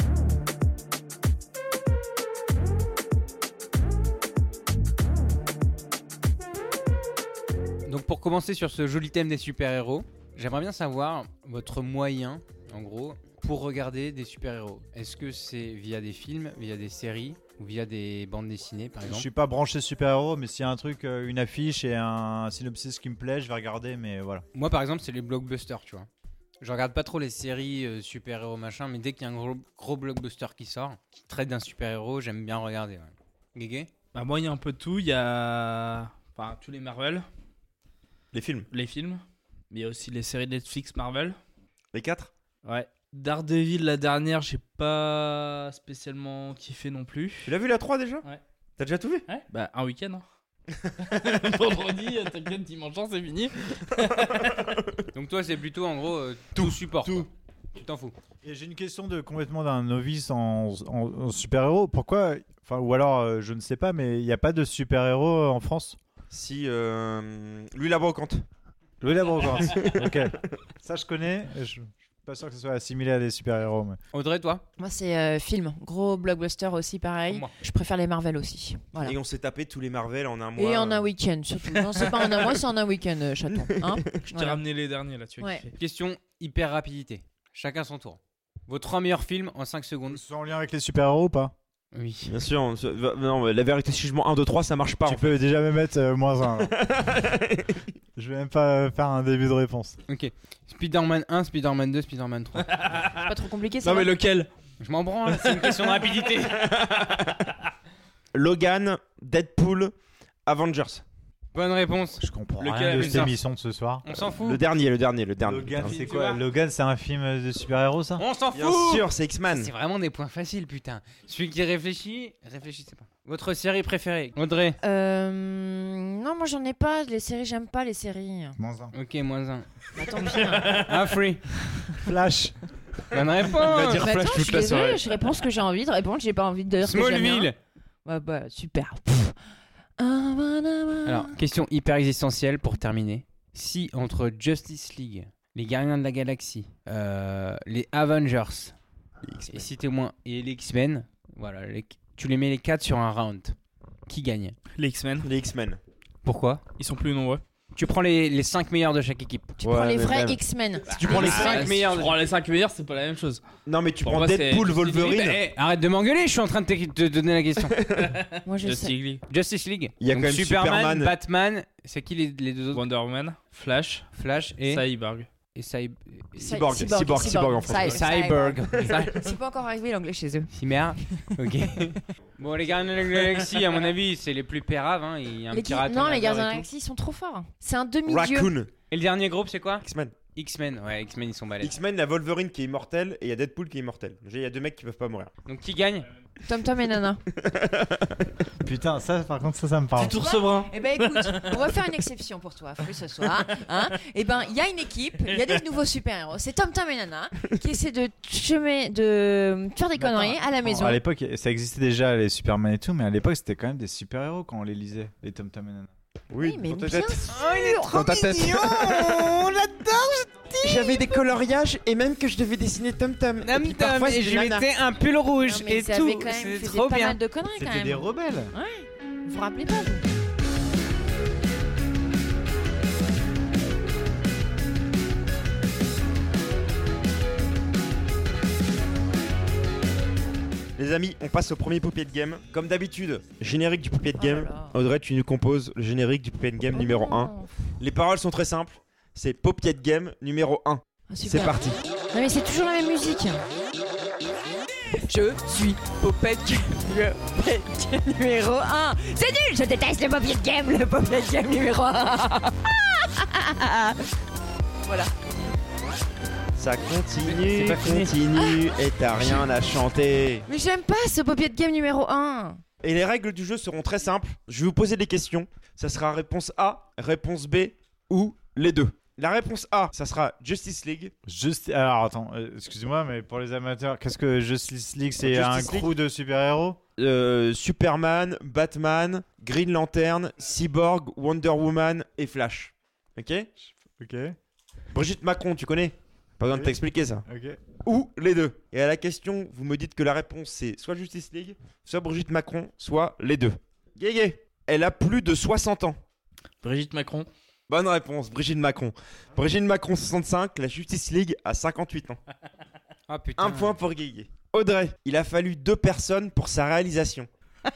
Speaker 1: Donc pour commencer sur ce joli thème des super-héros, j'aimerais bien savoir votre moyen, en gros, pour regarder des super-héros. Est-ce que c'est via des films, via des séries ou via des bandes dessinées par
Speaker 5: Je
Speaker 1: exemple?
Speaker 5: suis pas branché super-héros, mais s'il y a un truc, euh, une affiche et un synopsis qui me plaît, je vais regarder, mais voilà.
Speaker 1: Moi par exemple c'est les blockbusters, tu vois. Je regarde pas trop les séries euh, super-héros machin, mais dès qu'il y a un gros, gros blockbuster qui sort, qui traite d'un super-héros, j'aime bien regarder. Ouais. Guégué?
Speaker 2: Bah moi il y a un peu de tout, il y a enfin tous les Marvel,
Speaker 4: Les films.
Speaker 2: les films, mais il y a aussi les séries de Netflix Marvel.
Speaker 4: Les quatre.
Speaker 2: Ouais. Daredevil la dernière, j'ai pas spécialement kiffé non plus.
Speaker 4: Tu l'as vu la trois déjà?
Speaker 2: Ouais.
Speaker 4: T'as déjà tout vu?
Speaker 2: Ouais. Bah un week-end. Hein. Vendredi, t'inquiète, dimanche, c'est fini.
Speaker 1: Donc toi c'est plutôt en gros euh, tout, support.
Speaker 5: tout.
Speaker 1: quoi. Tu t'en fous.
Speaker 5: Et j'ai une question de complètement d'un novice en, en- en super-héros. Pourquoi, enfin, ou alors euh, je ne sais pas, mais il n'y a pas de super-héros en France?
Speaker 4: Si. Euh... Lui la brocante.
Speaker 5: Louis la Brocante. Ok. Ça je connais. Je suis pas sûr que ce soit assimilé à des super-héros. Mais...
Speaker 1: Audrey, toi?
Speaker 3: Moi, c'est euh, film. Gros blockbuster aussi, pareil.
Speaker 1: Comme moi.
Speaker 3: Je préfère les Marvel aussi. Voilà.
Speaker 4: Et on s'est tapé tous les Marvel en un mois.
Speaker 3: Et en un week-end, surtout. Non, c'est pas en un mois, c'est en un week-end, euh, chaton. Hein
Speaker 2: Je t'ai
Speaker 3: Voilà.
Speaker 2: ramené les derniers là, tu vois.
Speaker 3: Ouais.
Speaker 2: kiffé.
Speaker 1: Question hyper rapidité. Chacun son tour. Vos trois meilleurs films en cinq secondes.
Speaker 5: C'est en lien avec les super-héros ou pas?
Speaker 1: Oui.
Speaker 4: Bien sûr. on se- va- Non, la vérité, si je mets un, deux, trois, ça marche pas.
Speaker 5: Tu
Speaker 4: en fait.
Speaker 5: peux déjà me mettre euh, moins un. alors. Je vais même pas euh, faire un début de réponse.
Speaker 1: Ok. Spider-Man un, Spider-Man deux, Spider-Man trois.
Speaker 3: C'est pas trop compliqué, ça
Speaker 2: Non mais
Speaker 3: va
Speaker 2: lequel?
Speaker 1: Je m'en branle, c'est une question de rapidité.
Speaker 4: Logan, Deadpool, Avengers.
Speaker 1: Bonne réponse.
Speaker 5: Je comprends
Speaker 1: Lequel
Speaker 5: rien de
Speaker 1: est
Speaker 5: cette
Speaker 1: bizarre
Speaker 5: émission de ce soir.
Speaker 1: On s'en fout.
Speaker 4: Le dernier, le dernier, le dernier.
Speaker 5: Logan,
Speaker 1: tu
Speaker 5: c'est
Speaker 1: vois.
Speaker 5: quoi? Logan, c'est un film de super-héros, ça?
Speaker 1: On s'en
Speaker 4: Bien
Speaker 1: fout.
Speaker 4: sûr, c'est X-Men.
Speaker 1: C'est vraiment des points faciles, putain. Celui qui réfléchit, réfléchissez pas. Votre série préférée, Audrey?
Speaker 3: Euh, non, Non, moi j'en ai pas. Les séries, j'aime pas les séries.
Speaker 5: Moins un.
Speaker 1: Ok, moins un.
Speaker 3: Bah, tant pis. hein.
Speaker 1: Ah, free.
Speaker 5: Flash.
Speaker 1: Bonne
Speaker 4: Il va
Speaker 1: réponse.
Speaker 4: dire
Speaker 3: Bah,
Speaker 4: Flash
Speaker 3: attends, je
Speaker 4: toute
Speaker 3: suis
Speaker 4: la
Speaker 3: désolée,
Speaker 4: soirée.
Speaker 3: je réponds ce que j'ai envie de répondre. J'ai pas envie de dire ce que j'aime bien.
Speaker 1: Smallville.
Speaker 3: Ouais, bah, super. Pff. Ah, bah, bah, bah.
Speaker 1: Alors, question hyper existentielle pour terminer. Si entre Justice League, les Gardiens de la Galaxie, euh, les Avengers, et si t'es moins, et les X-Men, voilà, les- tu les mets les quatre sur un round, qui gagne?
Speaker 2: Les X-Men,
Speaker 4: Les X-Men.
Speaker 1: Pourquoi?
Speaker 2: ils sont plus nombreux.
Speaker 1: Tu prends les, les cinq meilleurs de chaque équipe.
Speaker 3: Tu
Speaker 4: Ouais,
Speaker 3: prends les
Speaker 4: mais
Speaker 3: vrais
Speaker 4: même.
Speaker 3: X-Men.
Speaker 4: Si tu prends les
Speaker 1: Ah,
Speaker 4: cinq
Speaker 1: ouais,
Speaker 4: meilleurs.
Speaker 2: Tu prends les cinq meilleurs, c'est pas la même chose.
Speaker 4: Non, mais tu
Speaker 2: Pour
Speaker 4: prends
Speaker 2: moi, c'est
Speaker 4: Deadpool,
Speaker 2: Justice League.
Speaker 4: Wolverine.
Speaker 1: Eh, arrête de m'engueuler, je suis en train de te, te donner la question.
Speaker 3: Moi, je
Speaker 2: Justice
Speaker 3: sais.
Speaker 2: League,
Speaker 1: Justice League.
Speaker 4: Il y a
Speaker 1: Donc
Speaker 4: quand même
Speaker 1: Superman,
Speaker 4: Superman.
Speaker 1: Batman, c'est qui les, les deux autres?
Speaker 2: Wonder Woman, Flash,
Speaker 1: Flash et,
Speaker 2: Cyborg.
Speaker 1: et Cyb-
Speaker 4: Cyborg, cyborg, cyborg en français.
Speaker 1: Cyborg.
Speaker 3: C'est pas encore arrivé l'anglais chez eux.
Speaker 1: Chimère. Ok. Bon, les Gardiens de la Galaxie, à mon avis, c'est les plus péraves. Hein. Il y a un
Speaker 3: Les
Speaker 1: petit
Speaker 3: qui-
Speaker 1: raton
Speaker 3: Non, les
Speaker 1: laser
Speaker 3: Gardiens de
Speaker 1: et
Speaker 3: la
Speaker 1: tout.
Speaker 3: Galaxie, ils sont trop forts. C'est un demi-dieu.
Speaker 4: Raccoon.
Speaker 1: Et le dernier groupe, c'est quoi?
Speaker 4: X-Men.
Speaker 1: X-Men. Ouais, X-Men, ils sont balèzes.
Speaker 4: X-Men, il y a Wolverine qui est immortel et il y a Deadpool qui est immortel. Déjà, il y a deux mecs qui peuvent pas mourir.
Speaker 1: Donc, qui gagne?
Speaker 3: Tom Tom et Nana.
Speaker 5: Putain, ça, par contre, ça, ça me parle.
Speaker 2: Petit ours brun.
Speaker 3: Eh ben écoute, on va faire une exception pour toi, Fru, ce soir. Hein. Eh ben, il y a une équipe, il y a des nouveaux super-héros. C'est Tom Tom et Nana qui essaient de chemer, de faire des conneries à la maison.
Speaker 5: À l'époque, ça existait déjà les Superman et tout, mais à l'époque, c'était quand même des super-héros quand on les lisait, les Tom Tom et Nana.
Speaker 3: Oui, mais
Speaker 4: dans ta
Speaker 3: bien
Speaker 4: tête.
Speaker 3: sûr.
Speaker 4: Dans ta tête.
Speaker 3: On l'adore.
Speaker 4: J'avais des coloriages et même que je devais dessiner Tom Tom.
Speaker 1: Tom Tom, et je mettais un pull rouge
Speaker 3: Non, mais
Speaker 1: et
Speaker 3: ça
Speaker 1: tout.
Speaker 3: avait quand même
Speaker 1: C'est
Speaker 3: fait
Speaker 1: trop
Speaker 3: pas
Speaker 1: bien.
Speaker 3: mal de conneries quand
Speaker 5: C'était
Speaker 3: même.
Speaker 5: des rebelles.
Speaker 3: Vous vous rappelez pas vous
Speaker 4: Les amis, on passe au premier Poupée de Game. Comme d'habitude, générique du Poupée de
Speaker 3: Oh là
Speaker 4: Game.
Speaker 3: là.
Speaker 4: Audrey, tu nous composes le générique du Poupée de Game numéro un.
Speaker 3: Oh.
Speaker 4: Les paroles sont très simples. C'est Poupée de Game numéro un.
Speaker 3: Ah, super.
Speaker 4: C'est parti.
Speaker 3: Non mais c'est toujours la même musique. Je suis Popette numéro un. C'est nul, je déteste le Popette Game, le Popette Game numéro un. Voilà.
Speaker 4: Ça continue,
Speaker 1: C'est pas fini.
Speaker 4: continue et t'as rien à chanter.
Speaker 3: Mais j'aime pas ce Popette Game numéro un.
Speaker 4: Et les règles du jeu seront très simples. Je vais vous poser des questions. Ça sera réponse A, réponse B ou les deux. La réponse A, ça sera Justice League.
Speaker 5: Juste, alors attends, euh, excusez-moi, mais pour les amateurs, qu'est-ce que Justice League? C'est un
Speaker 4: Justice League.
Speaker 5: crew de super-héros?
Speaker 4: Euh, Superman, Batman, Green Lantern, Cyborg, Wonder Woman et Flash. Ok?
Speaker 5: Ok,
Speaker 4: Brigitte Macron, tu connais? Pas besoin de
Speaker 5: Oui.
Speaker 4: t'expliquer ça.
Speaker 5: ok.
Speaker 4: Ou les deux. Et à la question, vous me dites que la réponse c'est soit Justice League, soit Brigitte Macron, soit les deux. Guégué, elle a plus de soixante ans.
Speaker 2: Brigitte Macron.
Speaker 4: Bonne réponse, Brigitte Macron. Brigitte Macron soixante-cinq, la Justice League a cinquante-huit ans.
Speaker 1: Ah putain.
Speaker 4: Un point pour Guégué. Audrey, il a fallu deux personnes pour sa réalisation.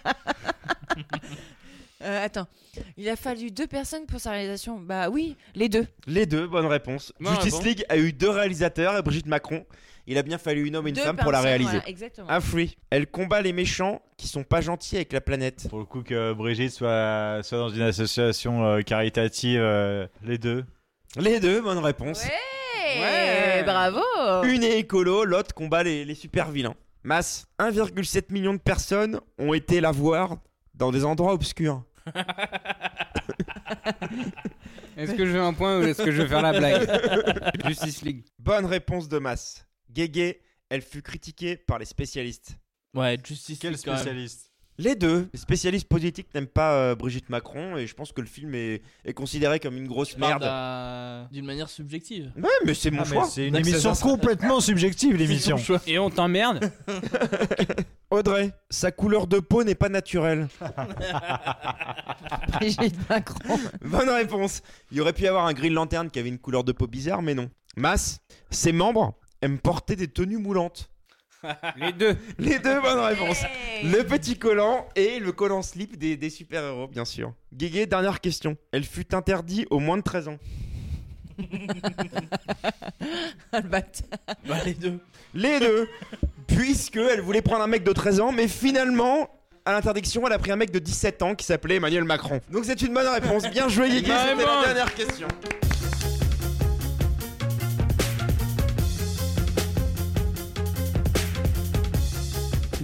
Speaker 3: Euh, attends, il a fallu deux personnes pour sa réalisation. Bah oui, les deux.
Speaker 4: Les deux, bonne réponse.
Speaker 2: Bonne
Speaker 4: Justice
Speaker 2: réponse.
Speaker 4: League a eu deux réalisateurs et Brigitte Macron. Il a bien fallu une homme et une
Speaker 3: Deux
Speaker 4: femme pour la
Speaker 3: personnes,
Speaker 4: réaliser.
Speaker 3: voilà, exactement.
Speaker 4: Un free. Elle combat les méchants qui sont pas gentils avec la planète.
Speaker 5: Pour le coup que Brigitte soit, soit dans une association euh, caritative, euh, les deux.
Speaker 4: Les deux, bonne réponse.
Speaker 3: Ouais,
Speaker 1: Ouais.
Speaker 3: bravo.
Speaker 4: Une est écolo, l'autre combat les, les super vilains. Masse, un virgule sept million de personnes ont été la voir dans des endroits obscurs.
Speaker 1: Est-ce que je veux un point ou est-ce que je veux faire la blague? Justice League.
Speaker 4: Bonne réponse de Masse. Guégué, elle fut critiquée par les spécialistes.
Speaker 2: Ouais, Justice
Speaker 5: Quel
Speaker 2: League quand même.
Speaker 5: spécialiste?
Speaker 4: Les deux. Les spécialistes politiques n'aiment pas euh, Brigitte Macron et je pense que le film est, est considéré comme une grosse
Speaker 2: Tu parles
Speaker 4: merde.
Speaker 2: d'un- d'une manière subjective.
Speaker 4: Ouais, mais c'est mon
Speaker 5: Ah, mais
Speaker 4: choix.
Speaker 5: c'est une
Speaker 2: Donc,
Speaker 5: émission
Speaker 2: c'est ça.
Speaker 5: complètement subjective, l'émission.
Speaker 1: Et on t'emmerde?
Speaker 4: Audrey, sa couleur de peau n'est pas naturelle.
Speaker 3: Brigitte Macron.
Speaker 4: Bonne réponse. Il aurait pu y avoir un Green Lantern qui avait une couleur de peau bizarre, mais non. Masse, ses membres aiment porter des tenues moulantes.
Speaker 1: Les deux.
Speaker 4: Les deux, bonnes réponses.
Speaker 3: Hey.
Speaker 4: Le petit collant et le collant slip des, des super-héros, bien sûr. Guégué, dernière question. Elle fut interdite aux moins de treize ans.
Speaker 3: Ah, le bâtard.
Speaker 2: Bah, les deux.
Speaker 4: Les deux. Puisque elle voulait prendre un mec de treize ans, mais finalement, à l'interdiction, elle a pris un mec de dix-sept ans qui s'appelait Emmanuel Macron. Donc c'est une bonne réponse. Bien joué, Guégué.
Speaker 1: Bah,
Speaker 4: C'était
Speaker 1: bon.
Speaker 4: la dernière question.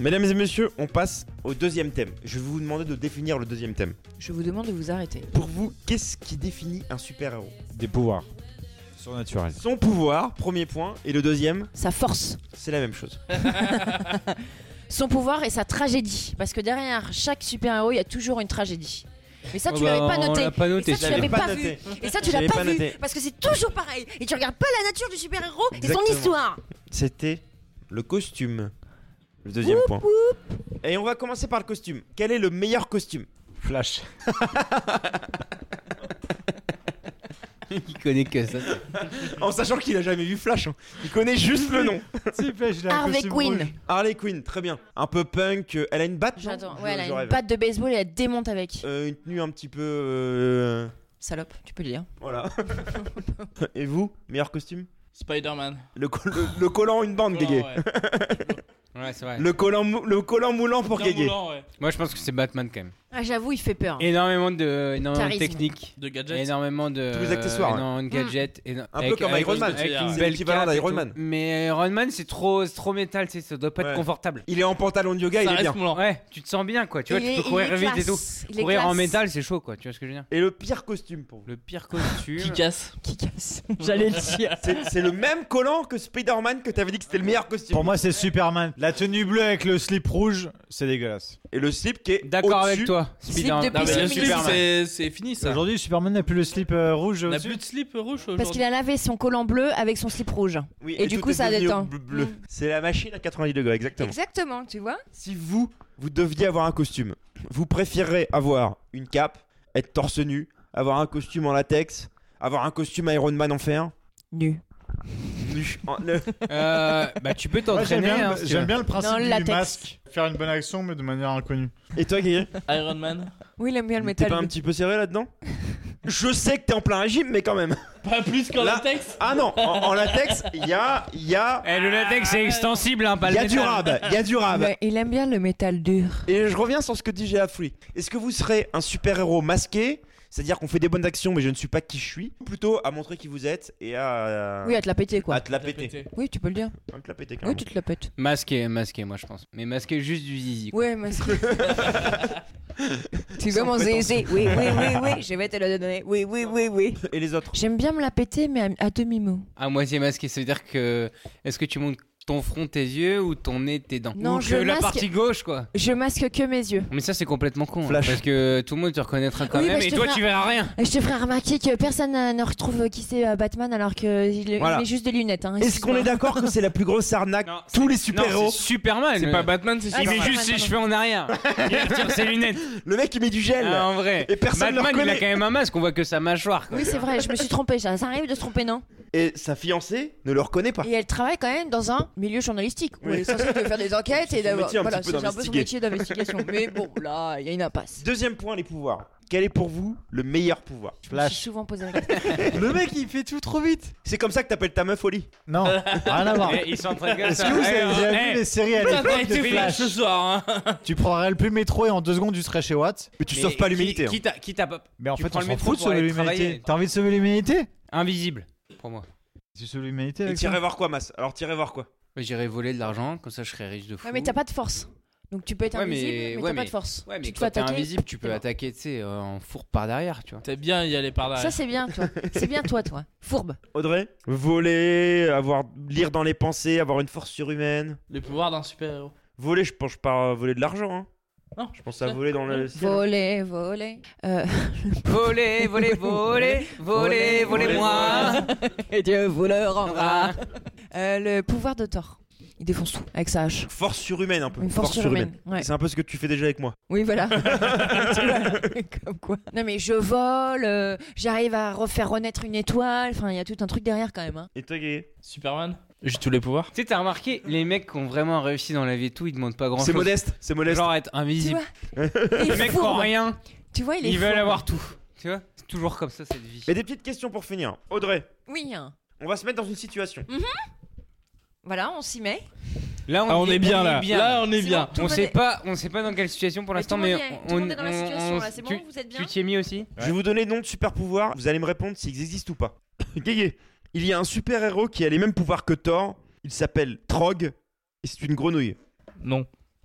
Speaker 4: Mesdames et messieurs, on passe au deuxième thème. Je vais vous demander de définir le deuxième thème.
Speaker 3: Je vous demande de vous arrêter.
Speaker 4: Pour vous, qu'est-ce qui définit un super-héros?
Speaker 5: Des pouvoirs surnaturels.
Speaker 4: Son pouvoir, premier point. Et le deuxième,
Speaker 3: Sa force.
Speaker 4: c'est la même chose.
Speaker 3: Son pouvoir et sa tragédie. Parce que derrière chaque super-héros, il y a toujours une tragédie. Mais ça, tu
Speaker 1: Oh bah,
Speaker 3: l'avais pas
Speaker 1: on
Speaker 3: noté.
Speaker 1: l'a pas noté,
Speaker 3: Et ça, tu
Speaker 1: ça.
Speaker 3: l'avais
Speaker 4: J'avais
Speaker 3: pas,
Speaker 4: pas
Speaker 3: vu.
Speaker 4: noté.
Speaker 3: Et ça, tu
Speaker 4: J'avais
Speaker 3: l'as pas,
Speaker 4: pas
Speaker 3: vu.
Speaker 4: noté.
Speaker 3: Parce que c'est toujours pareil. Et tu regardes pas la nature du super-héros et son
Speaker 4: Exactement.
Speaker 3: histoire.
Speaker 4: C'était le costume. Le deuxième point. Et on va commencer par le costume. Quel est le meilleur costume?
Speaker 5: Flash.
Speaker 1: Il connaît que ça.
Speaker 4: En sachant qu'il a jamais vu Flash. hein. Il connaît juste le nom.
Speaker 5: C'est Flash, il a un
Speaker 3: Harley
Speaker 5: costume
Speaker 3: Quinn.
Speaker 5: rouge.
Speaker 4: Harley Quinn, très bien. Un peu punk. euh, Elle a une batte. non
Speaker 3: J'adore.
Speaker 4: Je-
Speaker 3: Ouais, elle
Speaker 4: je
Speaker 3: a une
Speaker 4: rêve.
Speaker 3: batte de baseball et elle démonte avec.
Speaker 4: Euh, une tenue un petit peu. euh,
Speaker 3: Salope, tu peux le dire.
Speaker 4: Voilà. Et vous, meilleur costume?
Speaker 2: Spider-Man.
Speaker 4: Le, col- le, le collant, une bande, Guégué.
Speaker 2: Ouais.
Speaker 1: Ouais, c'est vrai.
Speaker 4: Le collant, mou- le collant moulant pour
Speaker 2: Dans
Speaker 4: Guégué.
Speaker 2: Moulant, ouais.
Speaker 1: Moi, je pense que c'est Batman quand même.
Speaker 3: Ah, j'avoue, il fait peur.
Speaker 1: Énormément de, énormément de
Speaker 3: Charisme.
Speaker 1: techniques.
Speaker 2: De gadgets.
Speaker 1: Énormément de.
Speaker 4: Tous les accessoires, ouais.
Speaker 1: énormément de gadgets. éno-
Speaker 4: Un peu
Speaker 1: avec-
Speaker 4: comme
Speaker 1: avec-
Speaker 4: Iron Man.
Speaker 1: Avec
Speaker 2: C'est
Speaker 1: une belle
Speaker 4: l'équivalent
Speaker 1: cape et
Speaker 4: d'Iron
Speaker 1: tout.
Speaker 4: Man.
Speaker 1: Mais Iron Man, c'est trop, c'est trop métal, tu sais, ça doit pas
Speaker 4: Ouais.
Speaker 1: être confortable.
Speaker 4: Il est en pantalon de yoga,
Speaker 2: Ça
Speaker 4: il est
Speaker 2: reste
Speaker 4: bien.
Speaker 2: moulant.
Speaker 1: Ouais, tu te sens bien quoi. Tu vois,
Speaker 3: Il
Speaker 1: tu
Speaker 3: est-
Speaker 1: peux
Speaker 3: il
Speaker 1: courir
Speaker 3: est
Speaker 1: vite et tout.
Speaker 3: classe. Il est
Speaker 1: Courir en
Speaker 3: classe.
Speaker 1: métal, c'est chaud quoi. Tu vois ce que je veux dire?
Speaker 4: Et le pire costume pour vous?
Speaker 1: Le pire costume.
Speaker 2: Qui casse.
Speaker 3: Qui casse. J'allais le dire.
Speaker 4: C'est c'est le même collant que Spider-Man que t'avais dit que c'était le meilleur costume.
Speaker 5: Pour moi, c'est Superman. La tenue bleue avec le slip rouge, c'est dégueulasse.
Speaker 4: Et le slip qui est
Speaker 1: D'accord
Speaker 4: au-dessus.
Speaker 1: avec toi.
Speaker 3: Slip
Speaker 1: Spider-Man.
Speaker 3: de
Speaker 2: Non, mais le
Speaker 3: Superman.
Speaker 2: slip, c'est c'est fini ça.
Speaker 5: Aujourd'hui, Superman n'a plus le slip euh, rouge
Speaker 2: On a
Speaker 5: au-dessus.
Speaker 2: plus de slip rouge aujourd'hui.
Speaker 3: Parce qu'il a lavé son collant bleu avec son slip rouge.
Speaker 4: Oui,
Speaker 3: Et du
Speaker 4: tout
Speaker 3: coup,
Speaker 4: est
Speaker 3: ça
Speaker 4: devenu
Speaker 3: détend.
Speaker 4: bleu- bleu.
Speaker 3: Mm.
Speaker 4: C'est la machine à quatre-vingt-dix degrés, exactement.
Speaker 3: Exactement, tu vois.
Speaker 4: Si vous, vous deviez avoir un costume, vous préférez avoir une cape, être torse nu, avoir un costume en latex, avoir un costume Iron Man en fer,
Speaker 3: Nu.
Speaker 4: nu, en- le-
Speaker 1: Euh, bah, tu peux
Speaker 5: Moi, j'aime
Speaker 1: t'entraîner.
Speaker 5: bien,
Speaker 1: hein, si tu
Speaker 5: j'aime
Speaker 1: veux.
Speaker 5: bien le principe
Speaker 3: Dans le
Speaker 5: du
Speaker 3: latex.
Speaker 5: masque. Faire une bonne action, mais de manière inconnue.
Speaker 4: Et toi, Guy,
Speaker 2: Iron Man.
Speaker 3: Oui, il aime bien le
Speaker 4: t'es
Speaker 3: métal.
Speaker 4: pas un
Speaker 3: bleu.
Speaker 4: petit peu serré là-dedans? Je sais que t'es en plein régime, mais quand même.
Speaker 2: Pas plus qu'en
Speaker 4: Là-
Speaker 2: latex.
Speaker 4: Ah non, en, en latex, il y a, il y a,
Speaker 1: Eh, le latex c'est extensible, hein, pas
Speaker 4: il y
Speaker 1: le
Speaker 4: a du
Speaker 1: métal.
Speaker 4: rab, il y a du rab.
Speaker 3: Mais il aime bien le métal dur.
Speaker 4: Et je reviens sur ce que dit Geoffrey. Est-ce que vous serez un super-héros masqué, c'est-à-dire qu'on fait des bonnes actions mais je ne suis pas qui je suis, ou plutôt à montrer qui vous êtes et à,
Speaker 3: Oui, à te la péter, quoi.
Speaker 4: à te la péter.
Speaker 3: Oui, tu peux le dire.
Speaker 4: À te la péter
Speaker 3: Oui,
Speaker 4: carrément.
Speaker 3: tu te la pètes.
Speaker 1: Masqué, masqué, moi je pense. Mais masqué juste du zizi. quoi.
Speaker 3: Ouais, mais tu veux
Speaker 4: Sans
Speaker 3: mon
Speaker 4: prétention.
Speaker 3: zézé? Oui, oui, oui, oui. Je vais te le donner. Oui, oui, oui, oui.
Speaker 4: Et les autres?
Speaker 3: J'aime bien me la péter, mais à, à demi-mot.
Speaker 1: À moitié masqué, ça veut dire que. Est-ce que tu montes ton front, tes yeux ou ton nez, tes dents?
Speaker 3: Non,
Speaker 1: Ou
Speaker 3: je
Speaker 1: que la
Speaker 3: masque-
Speaker 1: partie gauche quoi.
Speaker 3: Je masque que mes yeux.
Speaker 1: Mais ça c'est complètement con. hein,
Speaker 4: Flash.
Speaker 1: parce que tout le monde te reconnaîtra quand
Speaker 3: Oui,
Speaker 1: même
Speaker 3: bah, je
Speaker 1: et
Speaker 3: te
Speaker 1: toi
Speaker 3: ferai-
Speaker 1: tu verras rien.
Speaker 3: Et je te ferai remarquer que personne euh, ne retrouve qui c'est euh, Batman alors qu'il
Speaker 4: Voilà.
Speaker 3: met juste des lunettes. Hein,
Speaker 4: Est-ce qu'on est
Speaker 3: excuse-moi.
Speaker 4: d'accord que c'est la plus grosse arnaque?
Speaker 1: Non,
Speaker 4: Tous les
Speaker 1: Non,
Speaker 4: super-héros.
Speaker 1: c'est Superman.
Speaker 2: C'est
Speaker 1: le-
Speaker 2: pas Batman, c'est
Speaker 3: Ah,
Speaker 1: Il
Speaker 3: c'est
Speaker 1: met
Speaker 3: Superman,
Speaker 1: juste ses
Speaker 3: pardon.
Speaker 1: cheveux en arrière. Il retire ses lunettes.
Speaker 4: Le mec il met du gel.
Speaker 1: Ah, en vrai.
Speaker 4: Et personne ne le
Speaker 1: Batman il a
Speaker 4: reconnaît.
Speaker 1: quand même un masque, on voit que sa mâchoire. quoi.
Speaker 3: Oui, c'est vrai, je me suis trompée. Ça, ça arrive de se tromper, non?
Speaker 4: Et sa fiancée ne le reconnaît pas.
Speaker 3: Et elle travaille quand même dans un milieu journalistique où
Speaker 4: Oui.
Speaker 3: elle est censée de faire des enquêtes
Speaker 4: C'est
Speaker 3: et
Speaker 4: son
Speaker 3: d'avoir.
Speaker 4: métier un
Speaker 3: Voilà,
Speaker 4: petit peu
Speaker 3: c'est un peu son
Speaker 4: d'investiguer.
Speaker 3: métier d'investigation. Mais bon, là, il y a une impasse.
Speaker 4: Deuxième point, les pouvoirs. Quel est pour vous le meilleur pouvoir?
Speaker 3: Je me suis souvent posé la question.
Speaker 5: Le mec, il fait tout trop vite.
Speaker 4: C'est comme ça que t'appelles ta meuf au lit.
Speaker 5: Non, rien à voir.
Speaker 1: Eh, ils s'entraînent comme
Speaker 5: Est-ce
Speaker 1: ça.
Speaker 5: que vous
Speaker 1: Eh,
Speaker 5: avez déjà
Speaker 1: eh,
Speaker 5: vu les séries à
Speaker 2: Putain, t'as
Speaker 5: l'époque de
Speaker 2: été flash
Speaker 5: Flash?
Speaker 2: ce soir. Hein.
Speaker 5: Tu prendrais le plus métro et en deux secondes, tu serais chez Watt.
Speaker 4: Mais tu
Speaker 1: mais
Speaker 4: sauves pas
Speaker 1: qui-
Speaker 4: l'humanité. hein.
Speaker 1: Qui t'a qui t'a pas.
Speaker 5: Mais en
Speaker 1: Tu
Speaker 5: fait,
Speaker 1: prends
Speaker 5: on
Speaker 1: le
Speaker 5: s'en
Speaker 1: métro
Speaker 5: fout de
Speaker 1: pour
Speaker 5: sauver
Speaker 1: aller
Speaker 5: l'humanité.
Speaker 1: travailler.
Speaker 5: T'as envie de sauver l'humanité?
Speaker 1: Invisible pour moi.
Speaker 5: Tu sauves l'humanité
Speaker 4: Et
Speaker 5: avec ça?
Speaker 4: t'irais voir quoi, Mas? Alors t'irais voir quoi?
Speaker 1: J'irais voler de l'argent, comme ça je serais riche de fou.
Speaker 3: Ouais, mais t'as pas de force. Donc tu peux être
Speaker 1: Ouais, mais-
Speaker 3: invisible, mais,
Speaker 1: ouais,
Speaker 3: t'as
Speaker 1: mais-
Speaker 3: pas de force.
Speaker 1: Ouais, mais
Speaker 3: tu te
Speaker 1: quand
Speaker 3: fais
Speaker 1: t'es
Speaker 3: attaquer.
Speaker 1: invisible, tu peux
Speaker 3: t'es mort.
Speaker 1: attaquer, tu sais, euh, en fourre par derrière, tu vois.
Speaker 2: T'es bien y aller par derrière.
Speaker 3: Ça, c'est bien, toi. C'est bien, toi, toi. Fourbe.
Speaker 4: Audrey? Voler, avoir lire dans les pensées, avoir une force surhumaine.
Speaker 2: Les pouvoirs d'un super-héros.
Speaker 4: Voler, je pense pas à voler de l'argent. Hein.
Speaker 2: Non,
Speaker 4: Je pense à voler dans le ciel.
Speaker 3: Voler, voler. Euh,
Speaker 1: Voler, voler, voler, voler, volez-moi.
Speaker 3: Et Dieu vous le rendra. Euh, le pouvoir de Thor. Il défonce tout avec sa hache.
Speaker 4: Force surhumaine un peu.
Speaker 3: Une force surhumaine. Ouais.
Speaker 4: C'est un peu ce que tu fais déjà avec moi.
Speaker 3: Oui, voilà. Tu vois, comme quoi. Non, mais je vole, euh, j'arrive à refaire renaître une étoile. Enfin, il y a tout un truc derrière quand même. Hein.
Speaker 4: Et toi, Guy?
Speaker 2: Superman. J'ai tous les pouvoirs.
Speaker 1: Tu sais, t'as remarqué, les mecs qui ont vraiment réussi dans la vie et tout, ils demandent pas grand chose.
Speaker 4: C'est modeste, c'est modeste.
Speaker 1: Genre être
Speaker 3: Tu
Speaker 1: invisible.
Speaker 3: vois, il
Speaker 1: Les
Speaker 3: est
Speaker 1: mecs qui ont
Speaker 3: fourbe.
Speaker 1: rien,
Speaker 3: Tu vois, il est
Speaker 1: ils veulent
Speaker 3: fourbe.
Speaker 1: avoir tout. Tu vois, c'est toujours comme ça cette vie.
Speaker 4: Et des petites questions pour finir. Audrey,
Speaker 3: Oui, hein.
Speaker 4: on va se mettre dans une situation.
Speaker 3: Voilà, on s'y met.
Speaker 1: Là,
Speaker 2: Ah, on est bien là. Là, on est
Speaker 3: C'est
Speaker 2: bien.
Speaker 3: bon, tout
Speaker 1: On
Speaker 3: le
Speaker 1: sait
Speaker 3: monde est-
Speaker 1: pas, on sait pas dans quelle situation pour
Speaker 3: Mais
Speaker 1: l'instant,
Speaker 3: tout le
Speaker 1: mais
Speaker 3: monde y est-
Speaker 1: on,
Speaker 3: tout le monde est dans la
Speaker 1: on-
Speaker 3: situation,
Speaker 1: on-
Speaker 3: là. C'est bon,
Speaker 1: tu-
Speaker 3: vous êtes bien
Speaker 1: Tu t'y es mis aussi?
Speaker 4: Je vais vous donner nom de super pouvoir. Vous allez me répondre s'ils existent ou pas. Guégué, il y a un super héros qui a les mêmes pouvoirs que Thor. Il s'appelle Trog et c'est une grenouille.
Speaker 2: Non.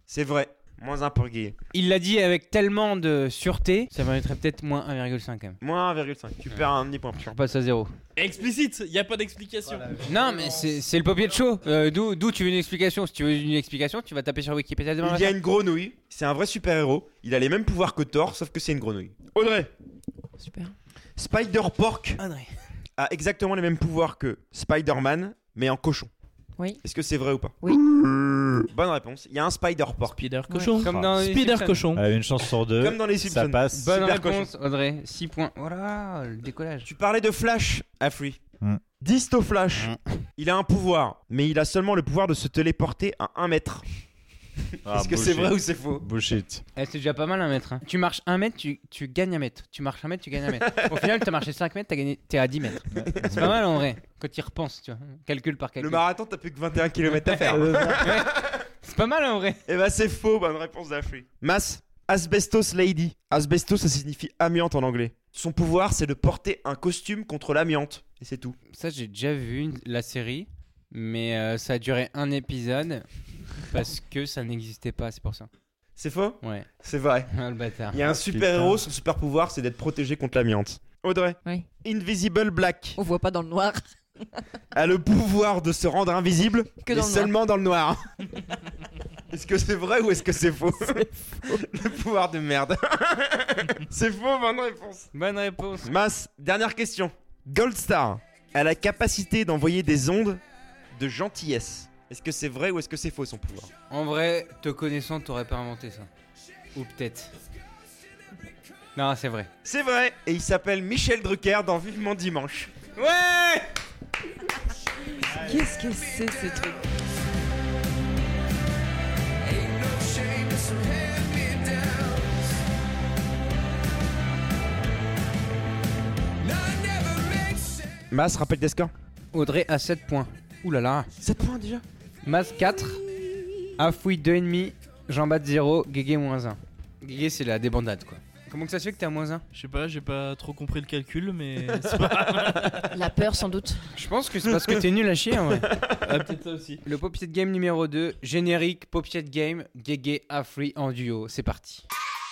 Speaker 4: C'est vrai. Moins un pour Guy.
Speaker 1: Il l'a dit avec tellement de sûreté, ça mériterait peut-être moins un virgule cinq quand même.
Speaker 4: Moins un virgule cinq. Tu perds un demi-point.
Speaker 1: Je repasse à zéro.
Speaker 2: Explicite, y a pas d'explication.
Speaker 1: Non, mais c'est c'est le papier de show. Euh, D'où d'où tu veux une explication. Si tu veux une explication, tu vas taper sur Wikipédia demain
Speaker 4: Il y a
Speaker 1: matin.
Speaker 4: une grenouille. C'est un vrai super-héros. Il a les mêmes pouvoirs que Thor, sauf que c'est une grenouille. Audrey.
Speaker 3: Super.
Speaker 4: Spider-Pork
Speaker 1: Audrey.
Speaker 4: a exactement les mêmes pouvoirs que Spider-Man, mais en cochon.
Speaker 3: Oui.
Speaker 4: Est-ce que c'est vrai ou pas?
Speaker 3: Oui.
Speaker 4: Bonne réponse. Il y a un Spider-Pork.
Speaker 2: Spider cochon.
Speaker 1: Comme dans les
Speaker 2: Spider
Speaker 1: Simpsons.
Speaker 2: cochon.
Speaker 5: Euh, une chance sur deux.
Speaker 4: Comme dans les
Speaker 5: Ça
Speaker 4: Simpsons.
Speaker 5: passe.
Speaker 1: Bonne
Speaker 4: Super
Speaker 1: réponse, Audrey. six points. Voilà, le décollage.
Speaker 4: Tu parlais de Flash, Afri.
Speaker 5: Hmm.
Speaker 4: Disto Flash.
Speaker 1: Hmm.
Speaker 4: Il a un pouvoir, mais il a seulement le pouvoir de se téléporter à un mètre.
Speaker 5: Ah,
Speaker 4: Est-ce que c'est
Speaker 5: bullshit.
Speaker 4: vrai ou c'est faux?
Speaker 5: Bullshit.
Speaker 1: Eh, c'est déjà pas mal un mètre. Hein. Tu marches un mètre, tu, tu gagnes un mètre. Tu marches un mètre, tu gagnes un mètre. Au final, t'as marché cinq mètres, t'as gagné, t'es à dix mètres. C'est pas mal en vrai. Quand tu y repenses, tu vois. Calcul par calcul.
Speaker 4: Le marathon, t'as plus que vingt et un kilomètres à faire.
Speaker 1: C'est pas mal en vrai.
Speaker 4: Eh bah c'est faux, bonne réponse d'Afri. Mas, Asbestos Lady. Asbestos, ça signifie amiante en anglais. Son pouvoir, c'est de porter un costume contre l'amiante. Et c'est tout.
Speaker 1: Ça, j'ai déjà vu une- la série, mais euh, ça a duré un épisode parce que ça n'existait pas, c'est pour ça.
Speaker 4: C'est faux?
Speaker 1: Ouais.
Speaker 4: C'est vrai.
Speaker 1: Ah, le bâtard.
Speaker 4: Il y a un super-héros, son super-pouvoir, c'est d'être protégé contre l'amiante. Audrey.
Speaker 3: Oui.
Speaker 4: Invisible Black
Speaker 3: On voit pas dans le noir.
Speaker 4: a le pouvoir de se rendre invisible,
Speaker 3: Que
Speaker 4: mais
Speaker 3: dans le noir.
Speaker 4: seulement dans le noir. Est-ce que c'est vrai ou est-ce que c'est faux? Le pouvoir de merde. C'est faux, bonne réponse.
Speaker 1: Bonne réponse.
Speaker 4: Mas, dernière question. Goldstar a la capacité d'envoyer des ondes de gentillesse. Est-ce que c'est vrai ou est-ce que c'est faux son pouvoir?
Speaker 1: En vrai, te connaissant, t'aurais pas inventé ça. Ou peut-être. Non, c'est vrai.
Speaker 4: C'est vrai, et il s'appelle Michel Drucker dans Vivement Dimanche.
Speaker 1: Ouais.
Speaker 3: Qu'est-ce que c'est ce truc?
Speaker 4: Mas, rappelle tes scores.
Speaker 1: Audrey a sept points. Ouh là là.
Speaker 4: sept points déjà.
Speaker 1: Mas quatre. Afoui deux virgule cinq. Jean-Bat zéro. Guégué moins un. Guégué, c'est la débandade quoi. Comment que ça se fait que t'es à moins un?
Speaker 2: Je sais pas, j'ai pas trop compris le calcul, mais c'est pas
Speaker 3: La peur sans doute.
Speaker 1: Je pense que c'est parce que t'es nul à chier en vrai.
Speaker 2: ah, peut-être ça aussi.
Speaker 1: Le Popiet Game numéro deux. Générique Popiet Game. Guégué Afri en duo. C'est parti.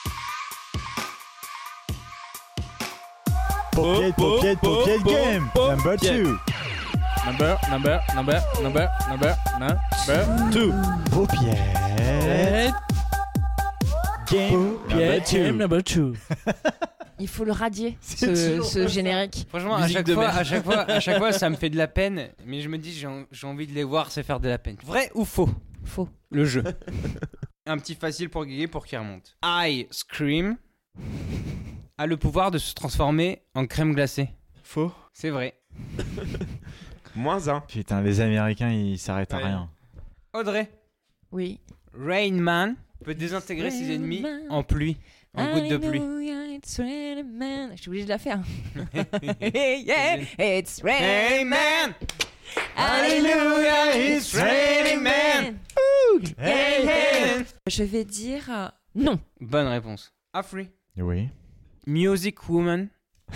Speaker 5: Popiet, popiet, popiet game. Number two.
Speaker 2: Number, number, number, number, number, number two.
Speaker 5: Popiet. Game. Number two.
Speaker 2: number two.
Speaker 3: Il faut le radier,
Speaker 5: C'est
Speaker 3: ce,
Speaker 5: toujours
Speaker 3: ce générique.
Speaker 1: Franchement, à
Speaker 2: Musique
Speaker 1: chaque,
Speaker 2: de
Speaker 1: fois,
Speaker 2: merde.
Speaker 1: à, chaque fois, à chaque fois, ça me fait de la peine. Mais je me dis, j'ai en- j'ai envie de les voir se faire de la peine. Vrai ou faux?
Speaker 3: Faux.
Speaker 1: Le jeu. Un petit facile pour Guégué pour qu'il remonte. Ice Cream a le pouvoir de se transformer en crème glacée.
Speaker 2: Faux.
Speaker 1: C'est vrai.
Speaker 4: Moins un.
Speaker 5: Putain, les Américains, ils s'arrêtent à
Speaker 2: Ouais.
Speaker 5: rien.
Speaker 1: Audrey.
Speaker 3: Oui.
Speaker 1: Rain Man peut désintégrer ses
Speaker 3: Rain
Speaker 1: ennemis
Speaker 3: Man.
Speaker 1: en pluie, en gouttes de pluie.
Speaker 3: Je suis obligée de la faire. Yeah, it's
Speaker 1: Rain
Speaker 3: raining
Speaker 1: Man.
Speaker 3: Hallelujah,
Speaker 1: it's raining man.
Speaker 3: Hey, hey. Je vais dire euh, non.
Speaker 1: Bonne réponse. Afri.
Speaker 5: Oui.
Speaker 1: Music Woman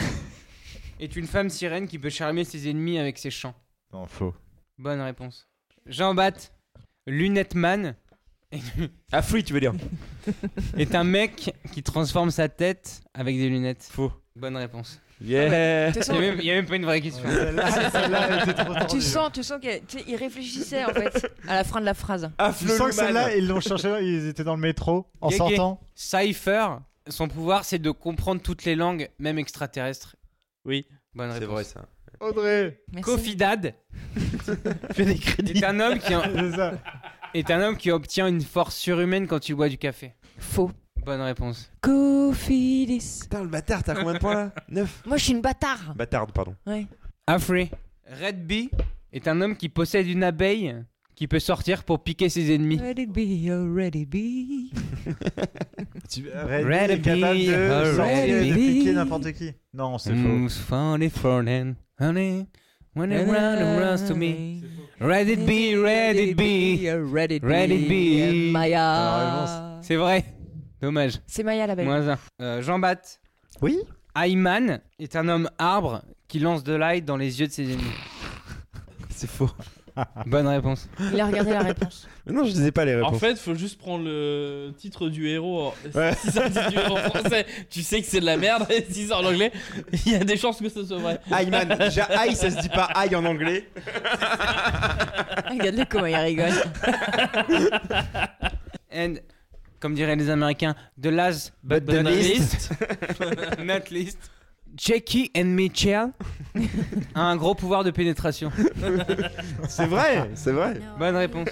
Speaker 1: est une femme sirène qui peut charmer ses ennemis avec ses chants.
Speaker 5: Non, faux.
Speaker 1: Bonne réponse. Jean-Bat, Lunette Man,
Speaker 4: Afri, tu veux dire?
Speaker 1: est un mec qui transforme sa tête avec des lunettes.
Speaker 4: Faux.
Speaker 1: Bonne réponse.
Speaker 4: Yeah.
Speaker 3: De toute
Speaker 1: Il n'y
Speaker 3: façon,
Speaker 1: a, même- il y a même pas une vraie question.
Speaker 5: Celle-là, elle était trop
Speaker 3: tu sens, tu sens qu'il réfléchissait en fait à la fin de la phrase.
Speaker 4: Afri,
Speaker 5: Tu sens que celle-là, ils l'ont cherché, ils étaient dans le métro en
Speaker 1: Guégué.
Speaker 5: sortant.
Speaker 1: Cypher, son pouvoir c'est de comprendre toutes les langues, même extraterrestres.
Speaker 2: Oui.
Speaker 1: Bonne
Speaker 4: C'est
Speaker 1: réponse.
Speaker 4: vrai ça.
Speaker 5: Audrey.
Speaker 3: Merci.
Speaker 1: Kofi Dad
Speaker 2: Fais des crédits.
Speaker 1: est un homme qui en-
Speaker 5: C'est ça.
Speaker 1: est un homme qui obtient une force surhumaine quand il boit du café.
Speaker 3: Faux.
Speaker 1: Bonne réponse.
Speaker 3: Cofidis.
Speaker 4: Putain, le bâtard, t'as combien de points là? neuf.
Speaker 3: Moi je suis une bâtard.
Speaker 4: Bâtarde, pardon.
Speaker 3: Ouais.
Speaker 1: Afri, Red Bee est un homme qui possède une abeille qui peut sortir pour piquer ses ennemis.
Speaker 3: Let it be, oh let it be.
Speaker 5: Tu
Speaker 1: Red
Speaker 5: Red est capable
Speaker 1: bee,
Speaker 5: de,
Speaker 1: oh,
Speaker 5: sortir
Speaker 1: red
Speaker 5: et de
Speaker 3: bee.
Speaker 5: piquer n'importe qui. Non, c'est faux.
Speaker 1: Who's funny for them, honey, when it run and runs to me. Let it be, let it be.
Speaker 3: Let it
Speaker 1: Let it be.
Speaker 3: Maya.
Speaker 1: C'est vrai. Dommage.
Speaker 3: C'est Maya la belle.
Speaker 1: Moins un. Euh, Jean-Bat.
Speaker 4: Oui.
Speaker 1: Ayman est un homme arbre qui lance de l'ail dans les yeux de ses ennemis.
Speaker 4: C'est faux.
Speaker 1: Bonne réponse.
Speaker 3: Il a regardé la réponse.
Speaker 4: Mais non, je disais pas les réponses.
Speaker 2: En fait, faut juste prendre le titre du héros. en-
Speaker 4: Ouais.
Speaker 2: Si ça dit du héros en français, tu sais que c'est de la merde. Et si c'est en anglais, il y a des chances que ce soit vrai.
Speaker 4: Aïe man, déjà aïe ça se dit pas aïe en anglais.
Speaker 3: Regarde-le comment il rigole.
Speaker 1: And, comme diraient les Américains, the last but the
Speaker 2: But not
Speaker 1: least, not least, Jackie and Mitchell a un gros pouvoir de pénétration.
Speaker 4: C'est vrai, c'est vrai.
Speaker 1: Bonne réponse.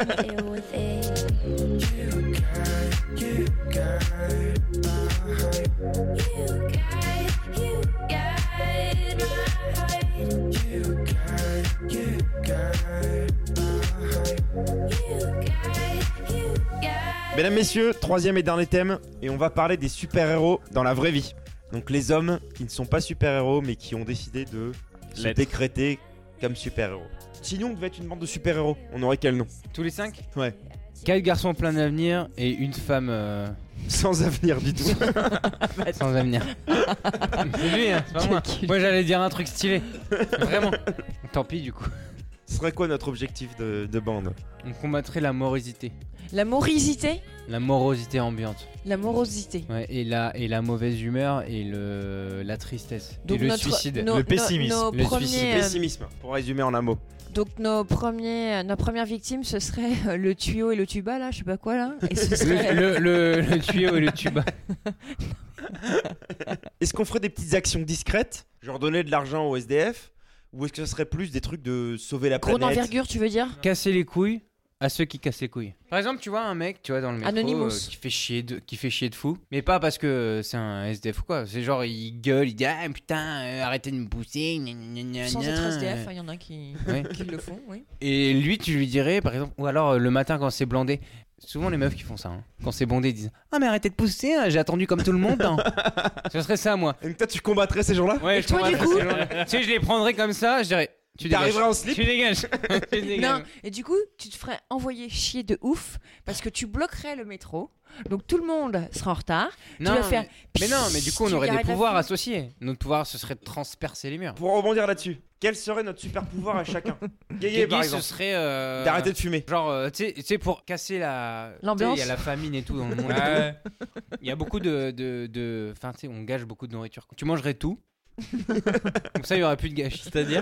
Speaker 4: Mesdames, messieurs, troisième et dernier thème, et on va parler des super-héros dans la vraie vie. Donc les hommes qui ne sont pas super-héros, mais qui ont décidé de se
Speaker 2: L'être.
Speaker 4: décréter comme super-héros. Si nous, on devait être une bande de super-héros, on aurait quel nom?
Speaker 1: Tous les cinq?
Speaker 4: Ouais.
Speaker 1: Quatre garçons plein d'avenir et une femme euh,
Speaker 4: Sans avenir du tout.
Speaker 1: sans avenir. C'est lui, hein, c'est pas moi. Moi j'allais dire un truc stylé. Vraiment. Tant pis du coup.
Speaker 4: Ce serait quoi notre objectif de, de bande?
Speaker 1: On combattrait la morosité.
Speaker 3: La morosité.
Speaker 1: La morosité ambiante.
Speaker 3: La morosité.
Speaker 1: Ouais, et, la, et la mauvaise humeur et le, la tristesse.
Speaker 3: Donc
Speaker 1: et le
Speaker 3: notre-
Speaker 1: suicide.
Speaker 3: nos-
Speaker 5: Le pessimisme.
Speaker 3: nos- nos
Speaker 1: Le
Speaker 3: premiers,
Speaker 1: suicide.
Speaker 3: euh,
Speaker 4: Pessimisme, pour résumer en un mot.
Speaker 3: Donc nos premiers, nos premières victimes, ce serait euh, le tuyau et le tuba là, je sais pas quoi là. Et ce serait...
Speaker 1: Le, le, le, le tuyau et le tuba.
Speaker 4: Est-ce qu'on ferait des petites actions discrètes, genre donner de l'argent au S D F, ou est-ce que ce serait plus des trucs de sauver la
Speaker 3: Gros
Speaker 4: planète?
Speaker 3: d'envergure, tu veux dire?
Speaker 1: Casser les couilles à ceux qui cassent les couilles. Par exemple, tu vois un mec, tu vois dans le métro
Speaker 3: Anonymous.
Speaker 1: euh, qui fait chier de qui fait chier de fou, mais pas parce que c'est un S D F ou quoi, c'est genre il gueule, il dit ah putain, euh, arrêtez de me pousser gna, gna, gna,
Speaker 3: Sans
Speaker 1: gna.
Speaker 3: être S D F, il y en a qui,
Speaker 1: Ouais.
Speaker 3: qui le font, oui.
Speaker 1: Et lui, tu lui dirais par exemple, ou alors euh, le matin quand c'est blindé, souvent les meufs qui font ça, hein. Quand c'est bondé, ils disent ah mais arrêtez de pousser, hein, j'ai attendu comme tout le monde. hein. Ce serait ça moi.
Speaker 4: Et toi, tu combattrais ces gens-là?
Speaker 1: Ouais,
Speaker 3: Et
Speaker 1: je
Speaker 3: toi, du
Speaker 1: combattrais
Speaker 3: coup
Speaker 1: ces gens-là. Tu sais, je les prendrais comme ça, je dirais tu dégages.
Speaker 4: T'arriverais en slip?
Speaker 1: Tu dégages. Tu dégages.
Speaker 3: Non, et du coup, tu te ferais envoyer chier de ouf parce que tu bloquerais le métro. Donc tout le monde sera en retard.
Speaker 1: Non,
Speaker 3: tu vas faire.
Speaker 1: mais, mais non, mais du coup, on
Speaker 3: Tu
Speaker 1: aurait des
Speaker 3: gardes la
Speaker 1: pouvoirs
Speaker 3: foule.
Speaker 1: associés. Notre pouvoir, ce serait de transpercer les murs.
Speaker 4: Pour rebondir là-dessus, quel serait notre super pouvoir à chacun? Guégué, par
Speaker 1: Guégué,
Speaker 4: exemple.
Speaker 1: ce serait euh,
Speaker 4: D'arrêter de fumer.
Speaker 1: genre, euh, tu sais- tu sais, pour casser la.
Speaker 3: L'ambiance.
Speaker 1: tu sais, Il y a la famine et tout dans le monde.
Speaker 2: Ouais.
Speaker 1: Il y a beaucoup de. de, de... Enfin, tu sais, on gâche beaucoup de nourriture. Tu mangerais tout. Comme ça, il y aurait plus de gâchis.
Speaker 2: C'est-à-dire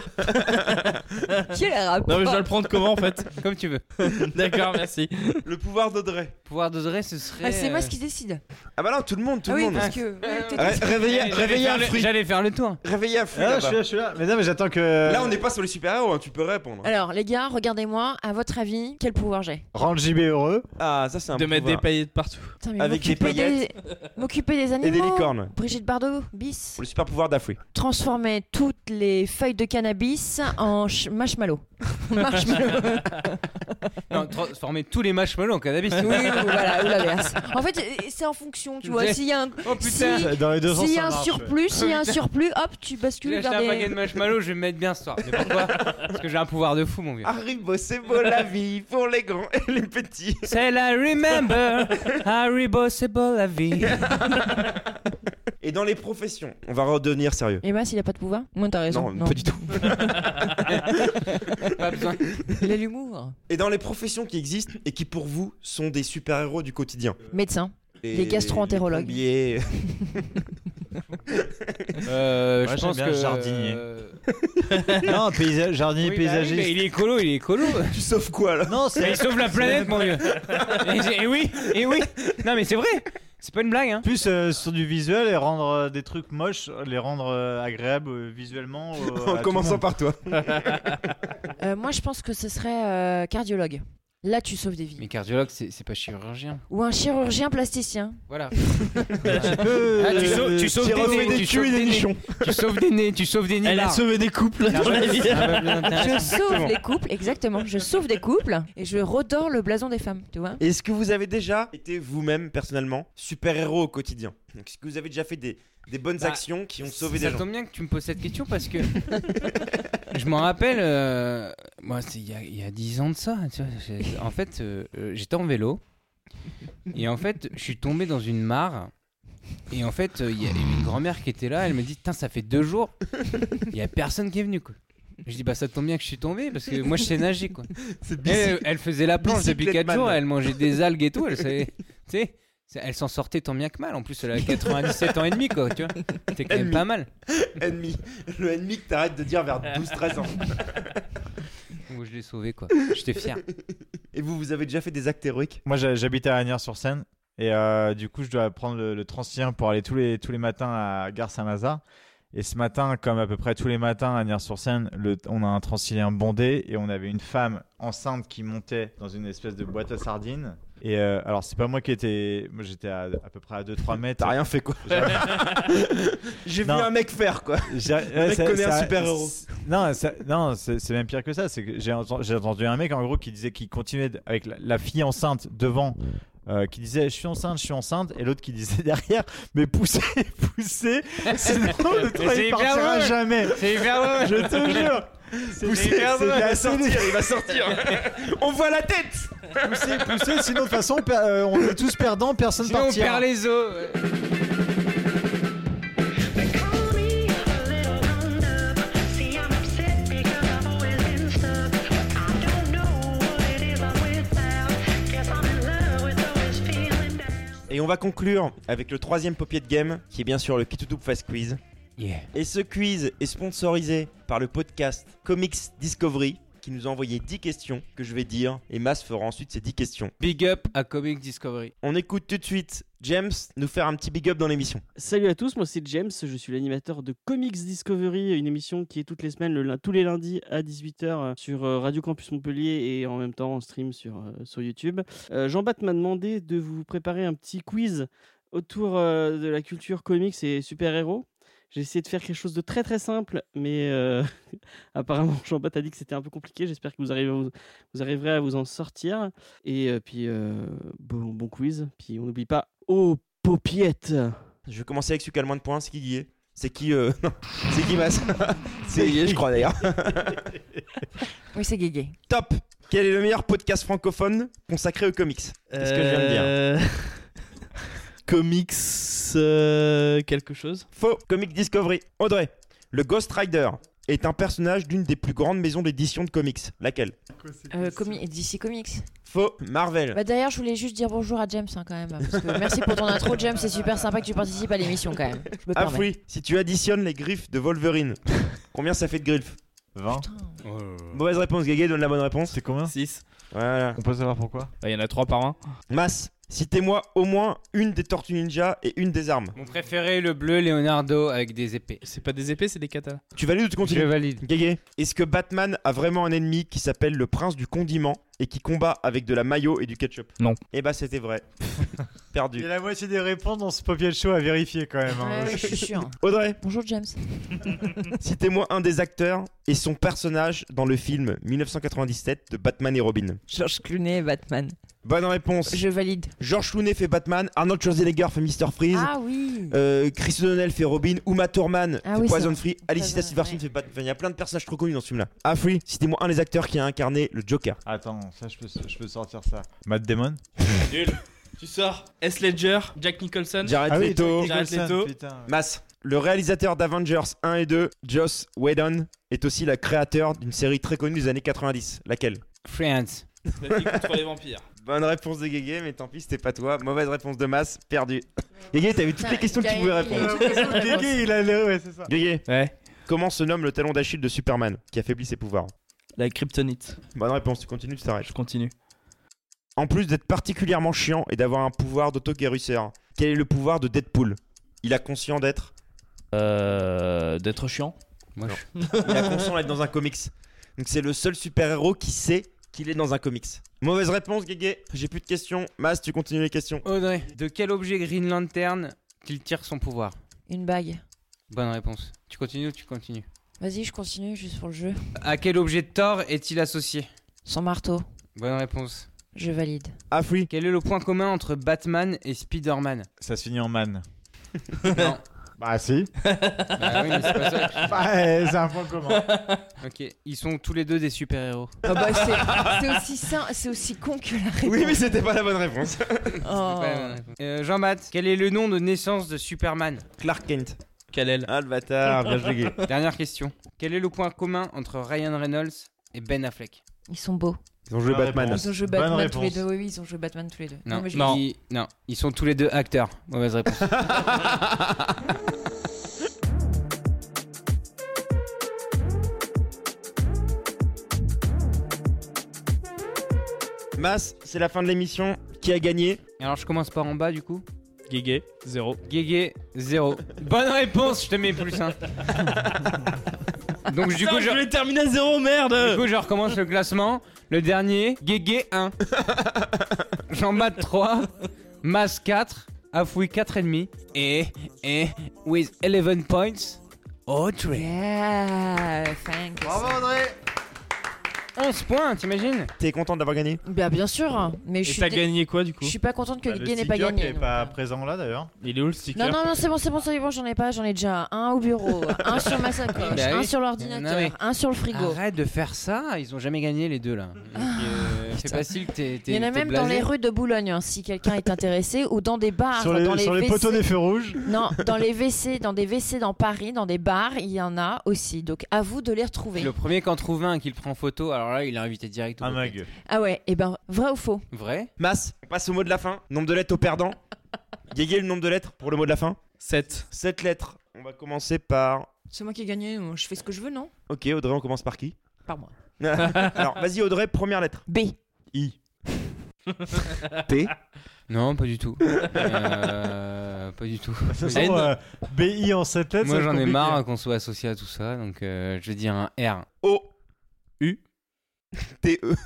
Speaker 3: Quel rapport?
Speaker 2: Non, mais je dois le prendre comment en fait?
Speaker 1: Comme tu veux.
Speaker 2: D'accord, merci.
Speaker 4: Le pouvoir d'Audrey.
Speaker 1: Pouvoir d'Audrey, ce serait.
Speaker 3: Ah, c'est moi
Speaker 1: euh,
Speaker 3: ce qui décide.
Speaker 4: Ah bah non, tout le monde, tout
Speaker 3: Ah
Speaker 4: le
Speaker 3: oui,
Speaker 4: monde.
Speaker 3: parce que. ouais, t'es-
Speaker 4: Ré- Réveillez,
Speaker 1: J'allais
Speaker 4: réveillez
Speaker 1: faire
Speaker 4: un
Speaker 1: le-
Speaker 4: fruit.
Speaker 1: J'allais faire le tour.
Speaker 4: Réveillez un fruit
Speaker 5: Ah, je
Speaker 4: là-bas.
Speaker 5: suis là, je suis là. Mais non, mais j'attends que.
Speaker 4: Là, on n'est pas sur les super-héros, hein, tu peux répondre.
Speaker 3: Alors, les gars, regardez-moi. À votre avis, quel pouvoir j'ai?
Speaker 5: Rendre J B heureux.
Speaker 4: Ah, ça, c'est un
Speaker 2: De mettre des
Speaker 4: pouvoir.
Speaker 2: paillettes partout.
Speaker 3: Putain, mais
Speaker 4: Avec des
Speaker 3: m'occuper
Speaker 4: paillettes.
Speaker 3: M'occuper des animaux.
Speaker 4: Et des licornes.
Speaker 3: Brigitte Bardot, bis.
Speaker 4: Pour le super pouvoir d'Afri.
Speaker 3: Transformer toutes les feuilles de cannabis en ch- marshmallow. Marshmallow.
Speaker 1: Non, transformer tous les marshmallows en cannabis.
Speaker 3: Oui, ou voilà, ou l'inverse. En fait, c'est en fonction, tu vois.
Speaker 1: J'ai-
Speaker 3: S'il y a un,
Speaker 1: Oh putain.
Speaker 3: si-
Speaker 5: Dans les deux sens,
Speaker 3: s'il y
Speaker 5: ça
Speaker 3: a un
Speaker 5: marche,
Speaker 3: surplus, s'il y a un surplus, hop, tu
Speaker 1: Tu
Speaker 3: bascules
Speaker 1: lâches
Speaker 3: vers
Speaker 1: un paquet de
Speaker 3: des.
Speaker 1: marshmallows, je vais me mettre bien ce soir. Mais pourquoi? Parce que j'ai un pouvoir de fou, mon vieux.
Speaker 4: Haribo, c'est beau la vie pour les grands et les petits.
Speaker 1: C'est la remember, Haribo, c'est beau la vie.
Speaker 4: Et dans les professions, on va redevenir sérieux.
Speaker 3: Et bah, s'il a pas de pouvoir, moi t'as raison.
Speaker 4: Non, pas du tout.
Speaker 1: Pas besoin.
Speaker 3: Il a l'humour.
Speaker 4: Et dans les professions qui existent et qui pour vous sont des super-héros du quotidien.
Speaker 3: Médecin.
Speaker 4: Et
Speaker 3: Les gastro-entérologues.
Speaker 4: plombiers.
Speaker 1: Euh,
Speaker 5: Moi,
Speaker 1: je
Speaker 5: j'aime
Speaker 1: pense
Speaker 5: bien
Speaker 1: que.
Speaker 5: le jardinier.
Speaker 1: euh,
Speaker 5: Non, paysage, jardinier,
Speaker 1: oui, bah oui,
Speaker 5: paysagiste.
Speaker 1: mais il est écolo, il est écolo.
Speaker 4: Tu sauves quoi là?
Speaker 5: Non,
Speaker 1: Mais
Speaker 5: c'est.
Speaker 1: il sauve la planète, mon vieux. Et, et oui, et oui. Non, mais c'est vrai. C'est pas une blague, hein.
Speaker 5: Plus euh, sur du visuel et rendre euh, des trucs moches, les rendre euh, agréables euh, visuellement. euh, à
Speaker 4: En
Speaker 5: tout
Speaker 4: commençant
Speaker 5: le monde.
Speaker 4: par toi.
Speaker 3: Euh, moi, je pense que ce serait euh, cardiologue. Là, tu sauves des vies.
Speaker 1: Mais cardiologue, c'est c'est pas chirurgien.
Speaker 3: Ou un chirurgien plasticien.
Speaker 1: Voilà.
Speaker 5: Tu peux.
Speaker 1: Ah, tu
Speaker 5: euh,
Speaker 1: sauves, tu sauves
Speaker 4: J'ai
Speaker 1: des
Speaker 4: refait
Speaker 1: nez,
Speaker 4: des
Speaker 1: tu
Speaker 4: culs
Speaker 1: sauves
Speaker 4: et des
Speaker 1: des nez.
Speaker 4: nichons.
Speaker 1: Tu sauves des nez, tu sauves des nez.
Speaker 2: Elle a sauvé des couples dans la vie.
Speaker 3: Je sauve les couples, exactement. Je sauve des couples et je redore le blason des femmes, tu vois.
Speaker 4: Est-ce que vous avez déjà été vous-même personnellement super-héros au quotidien? Donc, est-ce que vous avez déjà fait des, des bonnes
Speaker 1: Bah,
Speaker 4: actions qui ont sauvé
Speaker 1: Ça
Speaker 4: des gens?
Speaker 1: tombe bien que tu me poses cette question parce que je m'en rappelle, euh, moi c'est il y a- il y, a dix ans de ça. Tu vois, j'ai- en fait, euh, euh, j'étais en vélo et en fait, je suis tombé dans une mare. Et en fait, euh, il y a une grand-mère qui était là. Elle me dit, putain, ça fait deux jours, il y a personne qui est venu quoi. Je dis bah ça tombe bien que je suis tombé parce que moi je sais nager quoi.
Speaker 4: C'est
Speaker 1: Elle, elle faisait la planche depuis
Speaker 4: Bicyclette
Speaker 1: quatre jours,
Speaker 4: man.
Speaker 1: elle mangeait des algues et tout, elle savait, tu sais, c'est- elle s'en sortait tant bien que mal. En plus elle a quatre-vingt-dix-sept ans et demi quoi, tu vois. C'était quand même
Speaker 4: Ennemi.
Speaker 1: pas mal.
Speaker 4: Ennemi. Le ennemi que t'arrêtes de dire vers douze treize ans.
Speaker 1: Moi je l'ai sauvé quoi. J'étais fier.
Speaker 4: Et vous, vous avez déjà fait des actes héroïques?
Speaker 5: Moi, j'ha- j'habite à Agnières-sur-Seine et euh, du coup, je dois prendre le, le Transilien pour aller tous les, tous les matins à Gare Saint-Lazare. Et ce matin, comme à peu près tous les matins à Agnières-sur-Seine, le- on a un Transilien bondé et on avait une femme enceinte qui montait dans une espèce de boîte à sardines. Et euh, alors, c'est pas moi qui étais. Moi, j'étais à, à peu près à deux trois mètres.
Speaker 4: T'as rien fait quoi. J'ai vu
Speaker 5: Non.
Speaker 4: un mec faire quoi.
Speaker 5: J'ai-
Speaker 4: Le
Speaker 5: ouais,
Speaker 4: mec
Speaker 5: ça-
Speaker 4: connaît un
Speaker 5: ça-
Speaker 4: super-héros.
Speaker 5: c'est- Non, ça- non, c'est c'est même pire que ça. C'est que j'ai entendu, j'ai entendu un mec en gros qui disait qu'il continuait de- avec la, la fille enceinte devant, euh, qui disait je suis enceinte, je suis enceinte, et l'autre qui disait derrière mais poussez, poussez, sinon le train
Speaker 1: c'est
Speaker 5: il
Speaker 1: hyper
Speaker 5: partira
Speaker 1: drôle.
Speaker 5: jamais.
Speaker 1: C'est hyper drôle.
Speaker 5: Je te jure. C'est
Speaker 1: Poussez,
Speaker 5: c'est-
Speaker 1: hyper
Speaker 5: c'est
Speaker 1: drôle.
Speaker 4: Il va
Speaker 5: assez-
Speaker 4: sortir, il va sortir. On voit la tête.
Speaker 5: Poussez, poussez, sinon de toute façon per- euh, on est tous perdants, personne
Speaker 1: Sinon on
Speaker 5: partira.
Speaker 1: perd les os.
Speaker 4: Et on va conclure avec le troisième Popiet Game, qui est bien sûr le Kitoutou Fast Quiz.
Speaker 1: Yeah.
Speaker 4: Et ce quiz est sponsorisé par le podcast Comics Discovery, qui nous a envoyé dix questions que je vais dire, et Mas fera ensuite ces dix questions.
Speaker 1: Big up à Comic Discovery.
Speaker 4: On écoute tout de suite James nous faire un petit big up dans l'émission.
Speaker 11: Salut à tous, moi c'est James, je suis l'animateur de Comics Discovery, une émission qui est toutes les semaines, le, lin- tous les lundis à dix-huit heures sur euh, Radio Campus Montpellier et en même temps en stream sur, euh, sur YouTube. Euh, Jean-Baptiste m'a demandé de vous préparer un petit quiz autour euh, de la culture comics et super-héros. J'ai essayé de faire quelque chose de très très simple, mais euh, apparemment Jean-Baptiste a dit que c'était un peu compliqué. J'espère que vous, arrivez à vous, vous arriverez à vous en sortir. Et euh, puis, euh, bon, bon quiz. Puis on n'oublie pas, oh, paupiette.
Speaker 4: Je vais commencer avec celui qui a le moins de points, c'est qui Guillet? C'est qui euh... non, c'est qui Mas? C'est Guillet, je crois d'ailleurs.
Speaker 3: Oui, c'est Guégué.
Speaker 4: Top. Quel est le meilleur podcast francophone consacré aux comics? Qu'est-ce que je viens de dire?
Speaker 2: Euh, Comics euh, quelque chose.
Speaker 4: Faux. Comic Discovery. Audrey. Le Ghost Rider est un personnage d'une des plus grandes maisons d'édition de comics. Laquelle?
Speaker 3: Euh, comi- D C Comics.
Speaker 4: Faux. Marvel.
Speaker 3: Bah d'ailleurs, je voulais juste dire bonjour à James hein, quand même. Parce que merci pour ton intro, James. C'est super sympa que tu participes à l'émission quand même. Je me permets.
Speaker 4: Afri. Si tu additionnes les griffes de Wolverine, combien ça fait de griffes?
Speaker 5: vingt.
Speaker 4: Mauvaise réponse. Guégué donne la bonne réponse.
Speaker 5: C'est combien?
Speaker 2: six.
Speaker 4: Voilà.
Speaker 5: On peut savoir pourquoi?
Speaker 2: Il y en a trois par un.
Speaker 4: Mas. Citez-moi au moins une des Tortues Ninja et une des armes.
Speaker 1: Mon préféré, le bleu Leonardo avec des épées.
Speaker 2: C'est pas des épées, c'est des katanas.
Speaker 4: Tu valides ou tu
Speaker 1: Je
Speaker 4: continues?
Speaker 1: valide.
Speaker 4: Guégué. Est-ce que Batman a vraiment un ennemi qui s'appelle le prince du condiment et qui combat avec de la mayo et du ketchup?
Speaker 2: Non.
Speaker 4: Eh bah c'était vrai. Perdu.
Speaker 5: Il y a la moitié des réponses dans ce papier de show à vérifier quand même. hein.
Speaker 3: Ouais, ouais, je suis sûr.
Speaker 4: Audrey.
Speaker 3: Bonjour James.
Speaker 4: Citez-moi un des acteurs et son personnage dans le film dix-neuf cent quatre-vingt-dix-sept de Batman et Robin.
Speaker 3: George Clooney, Batman.
Speaker 4: Bonne réponse.
Speaker 3: Je valide.
Speaker 4: George Clooney fait Batman, Arnold Schwarzenegger fait mister Freeze,
Speaker 3: Ah oui.
Speaker 4: euh, Chris O'Donnell fait Robin, Uma Thurman
Speaker 3: Ah
Speaker 4: fait
Speaker 3: oui,
Speaker 4: Poison
Speaker 3: c'est
Speaker 4: Free, Alicita
Speaker 3: Poison,
Speaker 4: Silverstone
Speaker 3: ouais.
Speaker 4: fait Batman. Enfin, il y a plein de personnages trop connus dans ce film-là. Ah Free, citez-moi un des acteurs qui a incarné le Joker.
Speaker 5: Attends, ça je peux, je peux sortir ça. Matt Damon.
Speaker 2: Nul. Tu sors. S. Ledger, Jack Nicholson.
Speaker 4: Jared
Speaker 5: Ah oui,
Speaker 4: Leto.
Speaker 2: Jared
Speaker 5: Nicholson,
Speaker 2: Leto.
Speaker 5: putain.
Speaker 4: Mas, le réalisateur d'Avengers un et deux, Joss Whedon, est aussi le créateur d'une série très connue des années quatre-vingt-dix. Laquelle?
Speaker 1: Friends.
Speaker 2: Buffy contre les vampires.
Speaker 4: Bonne réponse de Guégué, mais tant pis, c'était pas toi. Mauvaise réponse de Mas, perdu. Guégué, t'as vu toutes les questions que tu pouvais répondre.
Speaker 5: Guégué, il a l'air, ouais, c'est ça.
Speaker 4: Guégué,
Speaker 2: Ouais.
Speaker 4: comment se nomme le talon d'Achille de Superman qui affaiblit ses pouvoirs?
Speaker 2: La kryptonite.
Speaker 4: Bonne réponse, tu continues, tu t'arrêtes.
Speaker 2: Je continue.
Speaker 4: En plus d'être particulièrement chiant et d'avoir un pouvoir d'auto-guérisseur, quel est le pouvoir de Deadpool? Il a conscient d'être
Speaker 2: Euh. D'être chiant.
Speaker 1: Moi,
Speaker 4: Non.
Speaker 1: je-
Speaker 4: Il a conscient d'être dans un comics. Donc c'est le seul super-héros qui sait qu'il est dans un comics. Mauvaise réponse, Guégué. J'ai plus de questions. Mas, tu continues les questions.
Speaker 1: Audrey, de quel objet Green Lantern qu'il tire son pouvoir?
Speaker 3: Une bague.
Speaker 1: Bonne réponse. Tu continues ou tu continues?
Speaker 3: Vas-y, je continue juste pour le jeu.
Speaker 1: À quel objet de Thor est-il associé?
Speaker 3: Son marteau.
Speaker 1: Bonne réponse.
Speaker 3: Je valide.
Speaker 4: Afri.
Speaker 1: Quel est le point commun entre Batman et Spider-Man?
Speaker 5: Ça se finit en man.
Speaker 1: Non.
Speaker 5: Bah si.
Speaker 1: Bah oui, mais c'est pas ça.
Speaker 5: Bah, c'est un point commun.
Speaker 1: Ok, ils sont tous les deux des super-héros.
Speaker 3: Ah bah, c'est, c'est aussi sain- c'est aussi con que la réponse.
Speaker 4: Oui, mais c'était pas la bonne réponse.
Speaker 3: Oh.
Speaker 1: C'est pas la bonne réponse. Euh, Jean-Baptiste, quel est le nom de naissance de Superman?
Speaker 4: Clark Kent.
Speaker 2: Kal-El.
Speaker 4: Ah, le bâtard, bien joué.
Speaker 1: Dernière question. Quel est le point commun entre Ryan Reynolds et Ben Affleck?
Speaker 3: Ils sont beaux.
Speaker 4: Ils ont joué
Speaker 5: Bonne
Speaker 4: Batman.
Speaker 5: réponse.
Speaker 3: Ils ont joué
Speaker 5: Bonne
Speaker 3: Batman tous les
Speaker 5: réponse.
Speaker 3: deux. Oui, oui, ils ont joué Batman tous les deux.
Speaker 1: Non,
Speaker 3: mais je-
Speaker 2: non.
Speaker 1: Ils, non, ils sont tous les deux acteurs. Mauvaise réponse.
Speaker 4: Mas, c'est la fin de l'émission. Qui a gagné?
Speaker 1: Alors je commence par en bas du coup.
Speaker 2: Guégué, zéro.
Speaker 1: Guégué, zéro. Bonne réponse, je te mets plus un. Donc du coup,
Speaker 2: Putain,
Speaker 1: je...
Speaker 2: je voulais terminer à zéro, merde.
Speaker 1: du coup je recommence le classement. Le dernier, Guégué un. Jean-Bad trois. Mas quatre. Afoui quatre virgule cinq. Et, et, with eleven points, Audrey.
Speaker 3: Yeah, thanks.
Speaker 5: Bravo Audrey.
Speaker 1: onze points, t'imagines?
Speaker 4: T'es contente d'avoir gagné?
Speaker 3: Bien, bien sûr, mais je
Speaker 2: Et
Speaker 3: suis,
Speaker 2: t'as
Speaker 3: dé-
Speaker 2: gagné quoi du coup?
Speaker 3: je suis pas contente que
Speaker 5: Bah, le
Speaker 3: Guy n'ait pas
Speaker 5: sticker
Speaker 3: gagné.
Speaker 5: qui est
Speaker 3: donc,
Speaker 5: pas
Speaker 3: euh.
Speaker 5: présent là d'ailleurs.
Speaker 2: Il est où le sticker?
Speaker 3: Non, non, non, c'est bon, c'est bon, c'est bon, j'en ai pas, j'en ai déjà un au bureau, un sur ma sacoche,
Speaker 1: Bah
Speaker 3: un
Speaker 1: oui.
Speaker 3: sur
Speaker 1: Non,
Speaker 3: l'ordinateur,
Speaker 1: mais-
Speaker 3: un sur le frigo.
Speaker 1: Arrête de faire ça, ils ont jamais gagné les deux là. Donc, euh, c'est
Speaker 3: putain.
Speaker 1: facile que t'es.
Speaker 3: Il y en a
Speaker 1: t'es
Speaker 3: même dans
Speaker 1: blasé.
Speaker 3: les rues de Boulogne, hein, si quelqu'un est intéressé, ou dans des bars,
Speaker 5: Sur les,
Speaker 3: dans les,
Speaker 5: sur les
Speaker 3: W C.
Speaker 5: poteaux des feux rouges.
Speaker 3: Non, dans les W C, dans des W C dans Paris, dans des bars, il y en a aussi. Donc à vous de les retrouver.
Speaker 1: Le premier qu'en trouve un qui le prend en photo, alors là il est invité direct au
Speaker 5: Un
Speaker 1: Pocket.
Speaker 5: mag.
Speaker 3: Ah ouais, et ben vrai ou faux?
Speaker 1: Vrai?
Speaker 4: Mas, on passe au mot de la fin. Nombre de lettres au perdant. Guégué, le nombre de lettres pour le mot de la fin.
Speaker 2: sept.
Speaker 4: sept lettres. On va commencer par...
Speaker 3: C'est moi qui ai gagné, moi, je fais ce que je veux, non?
Speaker 4: Ok, Audrey, on commence par qui?
Speaker 3: Par moi.
Speaker 4: Alors, vas-y Audrey, première lettre.
Speaker 3: B.
Speaker 4: I. T.
Speaker 1: Non, pas du tout. Euh, pas du tout.
Speaker 5: De toute façon,
Speaker 1: N.
Speaker 5: euh, B I en sept lettres.
Speaker 1: Moi
Speaker 5: ça va
Speaker 1: j'en ai
Speaker 5: être
Speaker 1: marre
Speaker 5: compliqué.
Speaker 1: qu'on soit associé à tout ça, donc euh, je vais dire un R.
Speaker 4: O.
Speaker 1: U.
Speaker 4: T. E.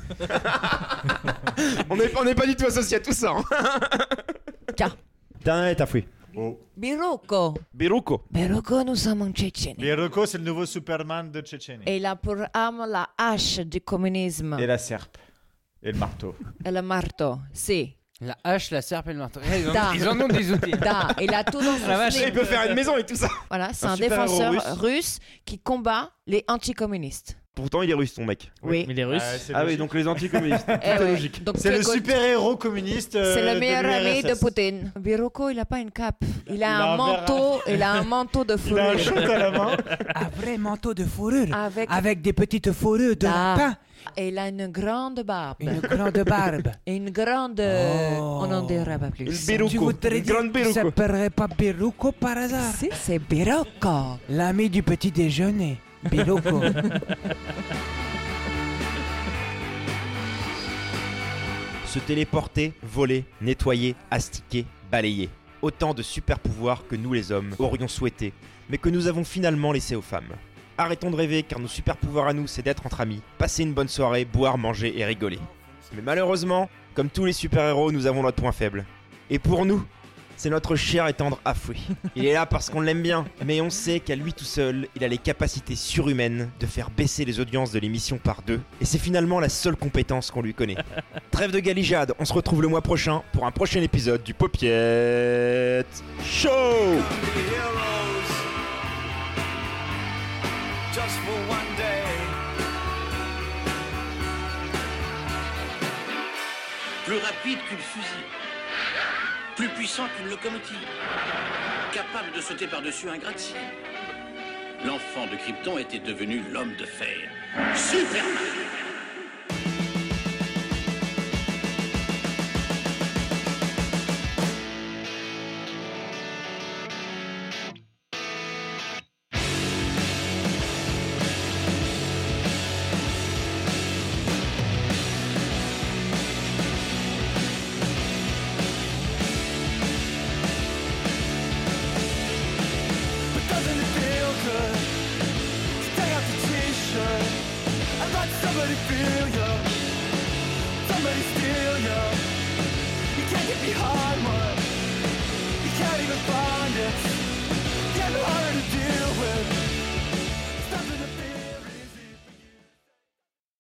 Speaker 4: on n'est on n'est pas du tout associé à tout ça. Hein.
Speaker 3: K.
Speaker 4: Dernière lettre, Afoui.
Speaker 5: Oh.
Speaker 3: Biroko.
Speaker 4: Birouko.
Speaker 3: Biroko, nous sommes en Tchétchénie.
Speaker 5: Biroko, c'est le nouveau Superman de Tchétchénie.
Speaker 3: Et il a pour âme la hache du communisme.
Speaker 5: Et la serpe. Et le marteau.
Speaker 3: Et le marteau. C.
Speaker 1: La hache, la serpe et le marteau. Ils en,
Speaker 3: Da.
Speaker 1: ils en ont des outils.
Speaker 3: Da. Il a tout dans son
Speaker 1: La vache,
Speaker 3: slip.
Speaker 4: Il peut faire une maison et tout ça.
Speaker 3: Voilà, c'est
Speaker 4: Un
Speaker 3: un,
Speaker 4: super-héros
Speaker 3: défenseur
Speaker 4: russe.
Speaker 3: russe. qui combat les anticommunistes.
Speaker 4: Pourtant, il est russe, ton mec.
Speaker 3: Oui.
Speaker 2: Mais les Russes.
Speaker 5: Euh, c'est
Speaker 4: Ah oui,
Speaker 5: logique.
Speaker 4: donc les anticommunistes. Tout
Speaker 3: Eh
Speaker 4: est
Speaker 3: ouais.
Speaker 4: logique.
Speaker 3: Donc,
Speaker 5: C'est
Speaker 3: tu
Speaker 5: le
Speaker 3: es gauche-
Speaker 5: super-héros communiste. euh,
Speaker 3: C'est le meilleur
Speaker 5: de
Speaker 3: ami de
Speaker 5: l'U R S S.
Speaker 3: Poutine. Biroko, il a pas une cape. Il a
Speaker 5: Il a
Speaker 3: un
Speaker 5: un
Speaker 3: manteau. Il a un manteau de
Speaker 5: Il a un
Speaker 3: fourrure.
Speaker 5: shot à la main.
Speaker 1: Un vrai manteau de fourrure.
Speaker 3: Avec
Speaker 1: Avec des petites fourrures de
Speaker 3: Da.
Speaker 1: lapin.
Speaker 3: Et il a une grande barbe.
Speaker 1: Une grande barbe.
Speaker 3: Et une grande.
Speaker 1: Oh.
Speaker 3: On n'en dira pas plus.
Speaker 4: Une Birouko.
Speaker 1: Tu voudrais
Speaker 4: Une
Speaker 1: dire
Speaker 4: grande
Speaker 1: que ça
Speaker 4: Birouko.
Speaker 1: s'appellerait pas Birouko par hasard?
Speaker 3: Si, c'est Biroko.
Speaker 1: L'ami du petit déjeuner. Birouko.
Speaker 4: Se téléporter, voler, nettoyer, astiquer, balayer. Autant de super pouvoirs que nous les hommes aurions souhaité, mais que nous avons finalement laissés aux femmes. Arrêtons de rêver car nos super pouvoirs à nous c'est d'être entre amis, passer une bonne soirée, boire, manger et rigoler. Mais malheureusement, comme tous les super-héros, nous avons notre point faible. Et pour nous, c'est notre cher et tendre Afoui. Il est là parce qu'on l'aime bien, mais on sait qu'à lui tout seul, il a les capacités surhumaines de faire baisser les audiences de l'émission par deux, et c'est finalement la seule compétence qu'on lui connaît. Trêve de galijade, on se retrouve le mois prochain pour un prochain épisode du Popiette Show.
Speaker 6: Just for one day.
Speaker 12: Plus rapide qu'une fusée, plus puissant qu'une locomotive, capable de sauter par-dessus un gratte-ciel. L'enfant de Krypton était devenu l'homme de fer, Superman.
Speaker 6: But doesn't it feel good to take off the t-shirt and let somebody feel you, somebody steal you? You can't get behind one, you can't even find it. Get behind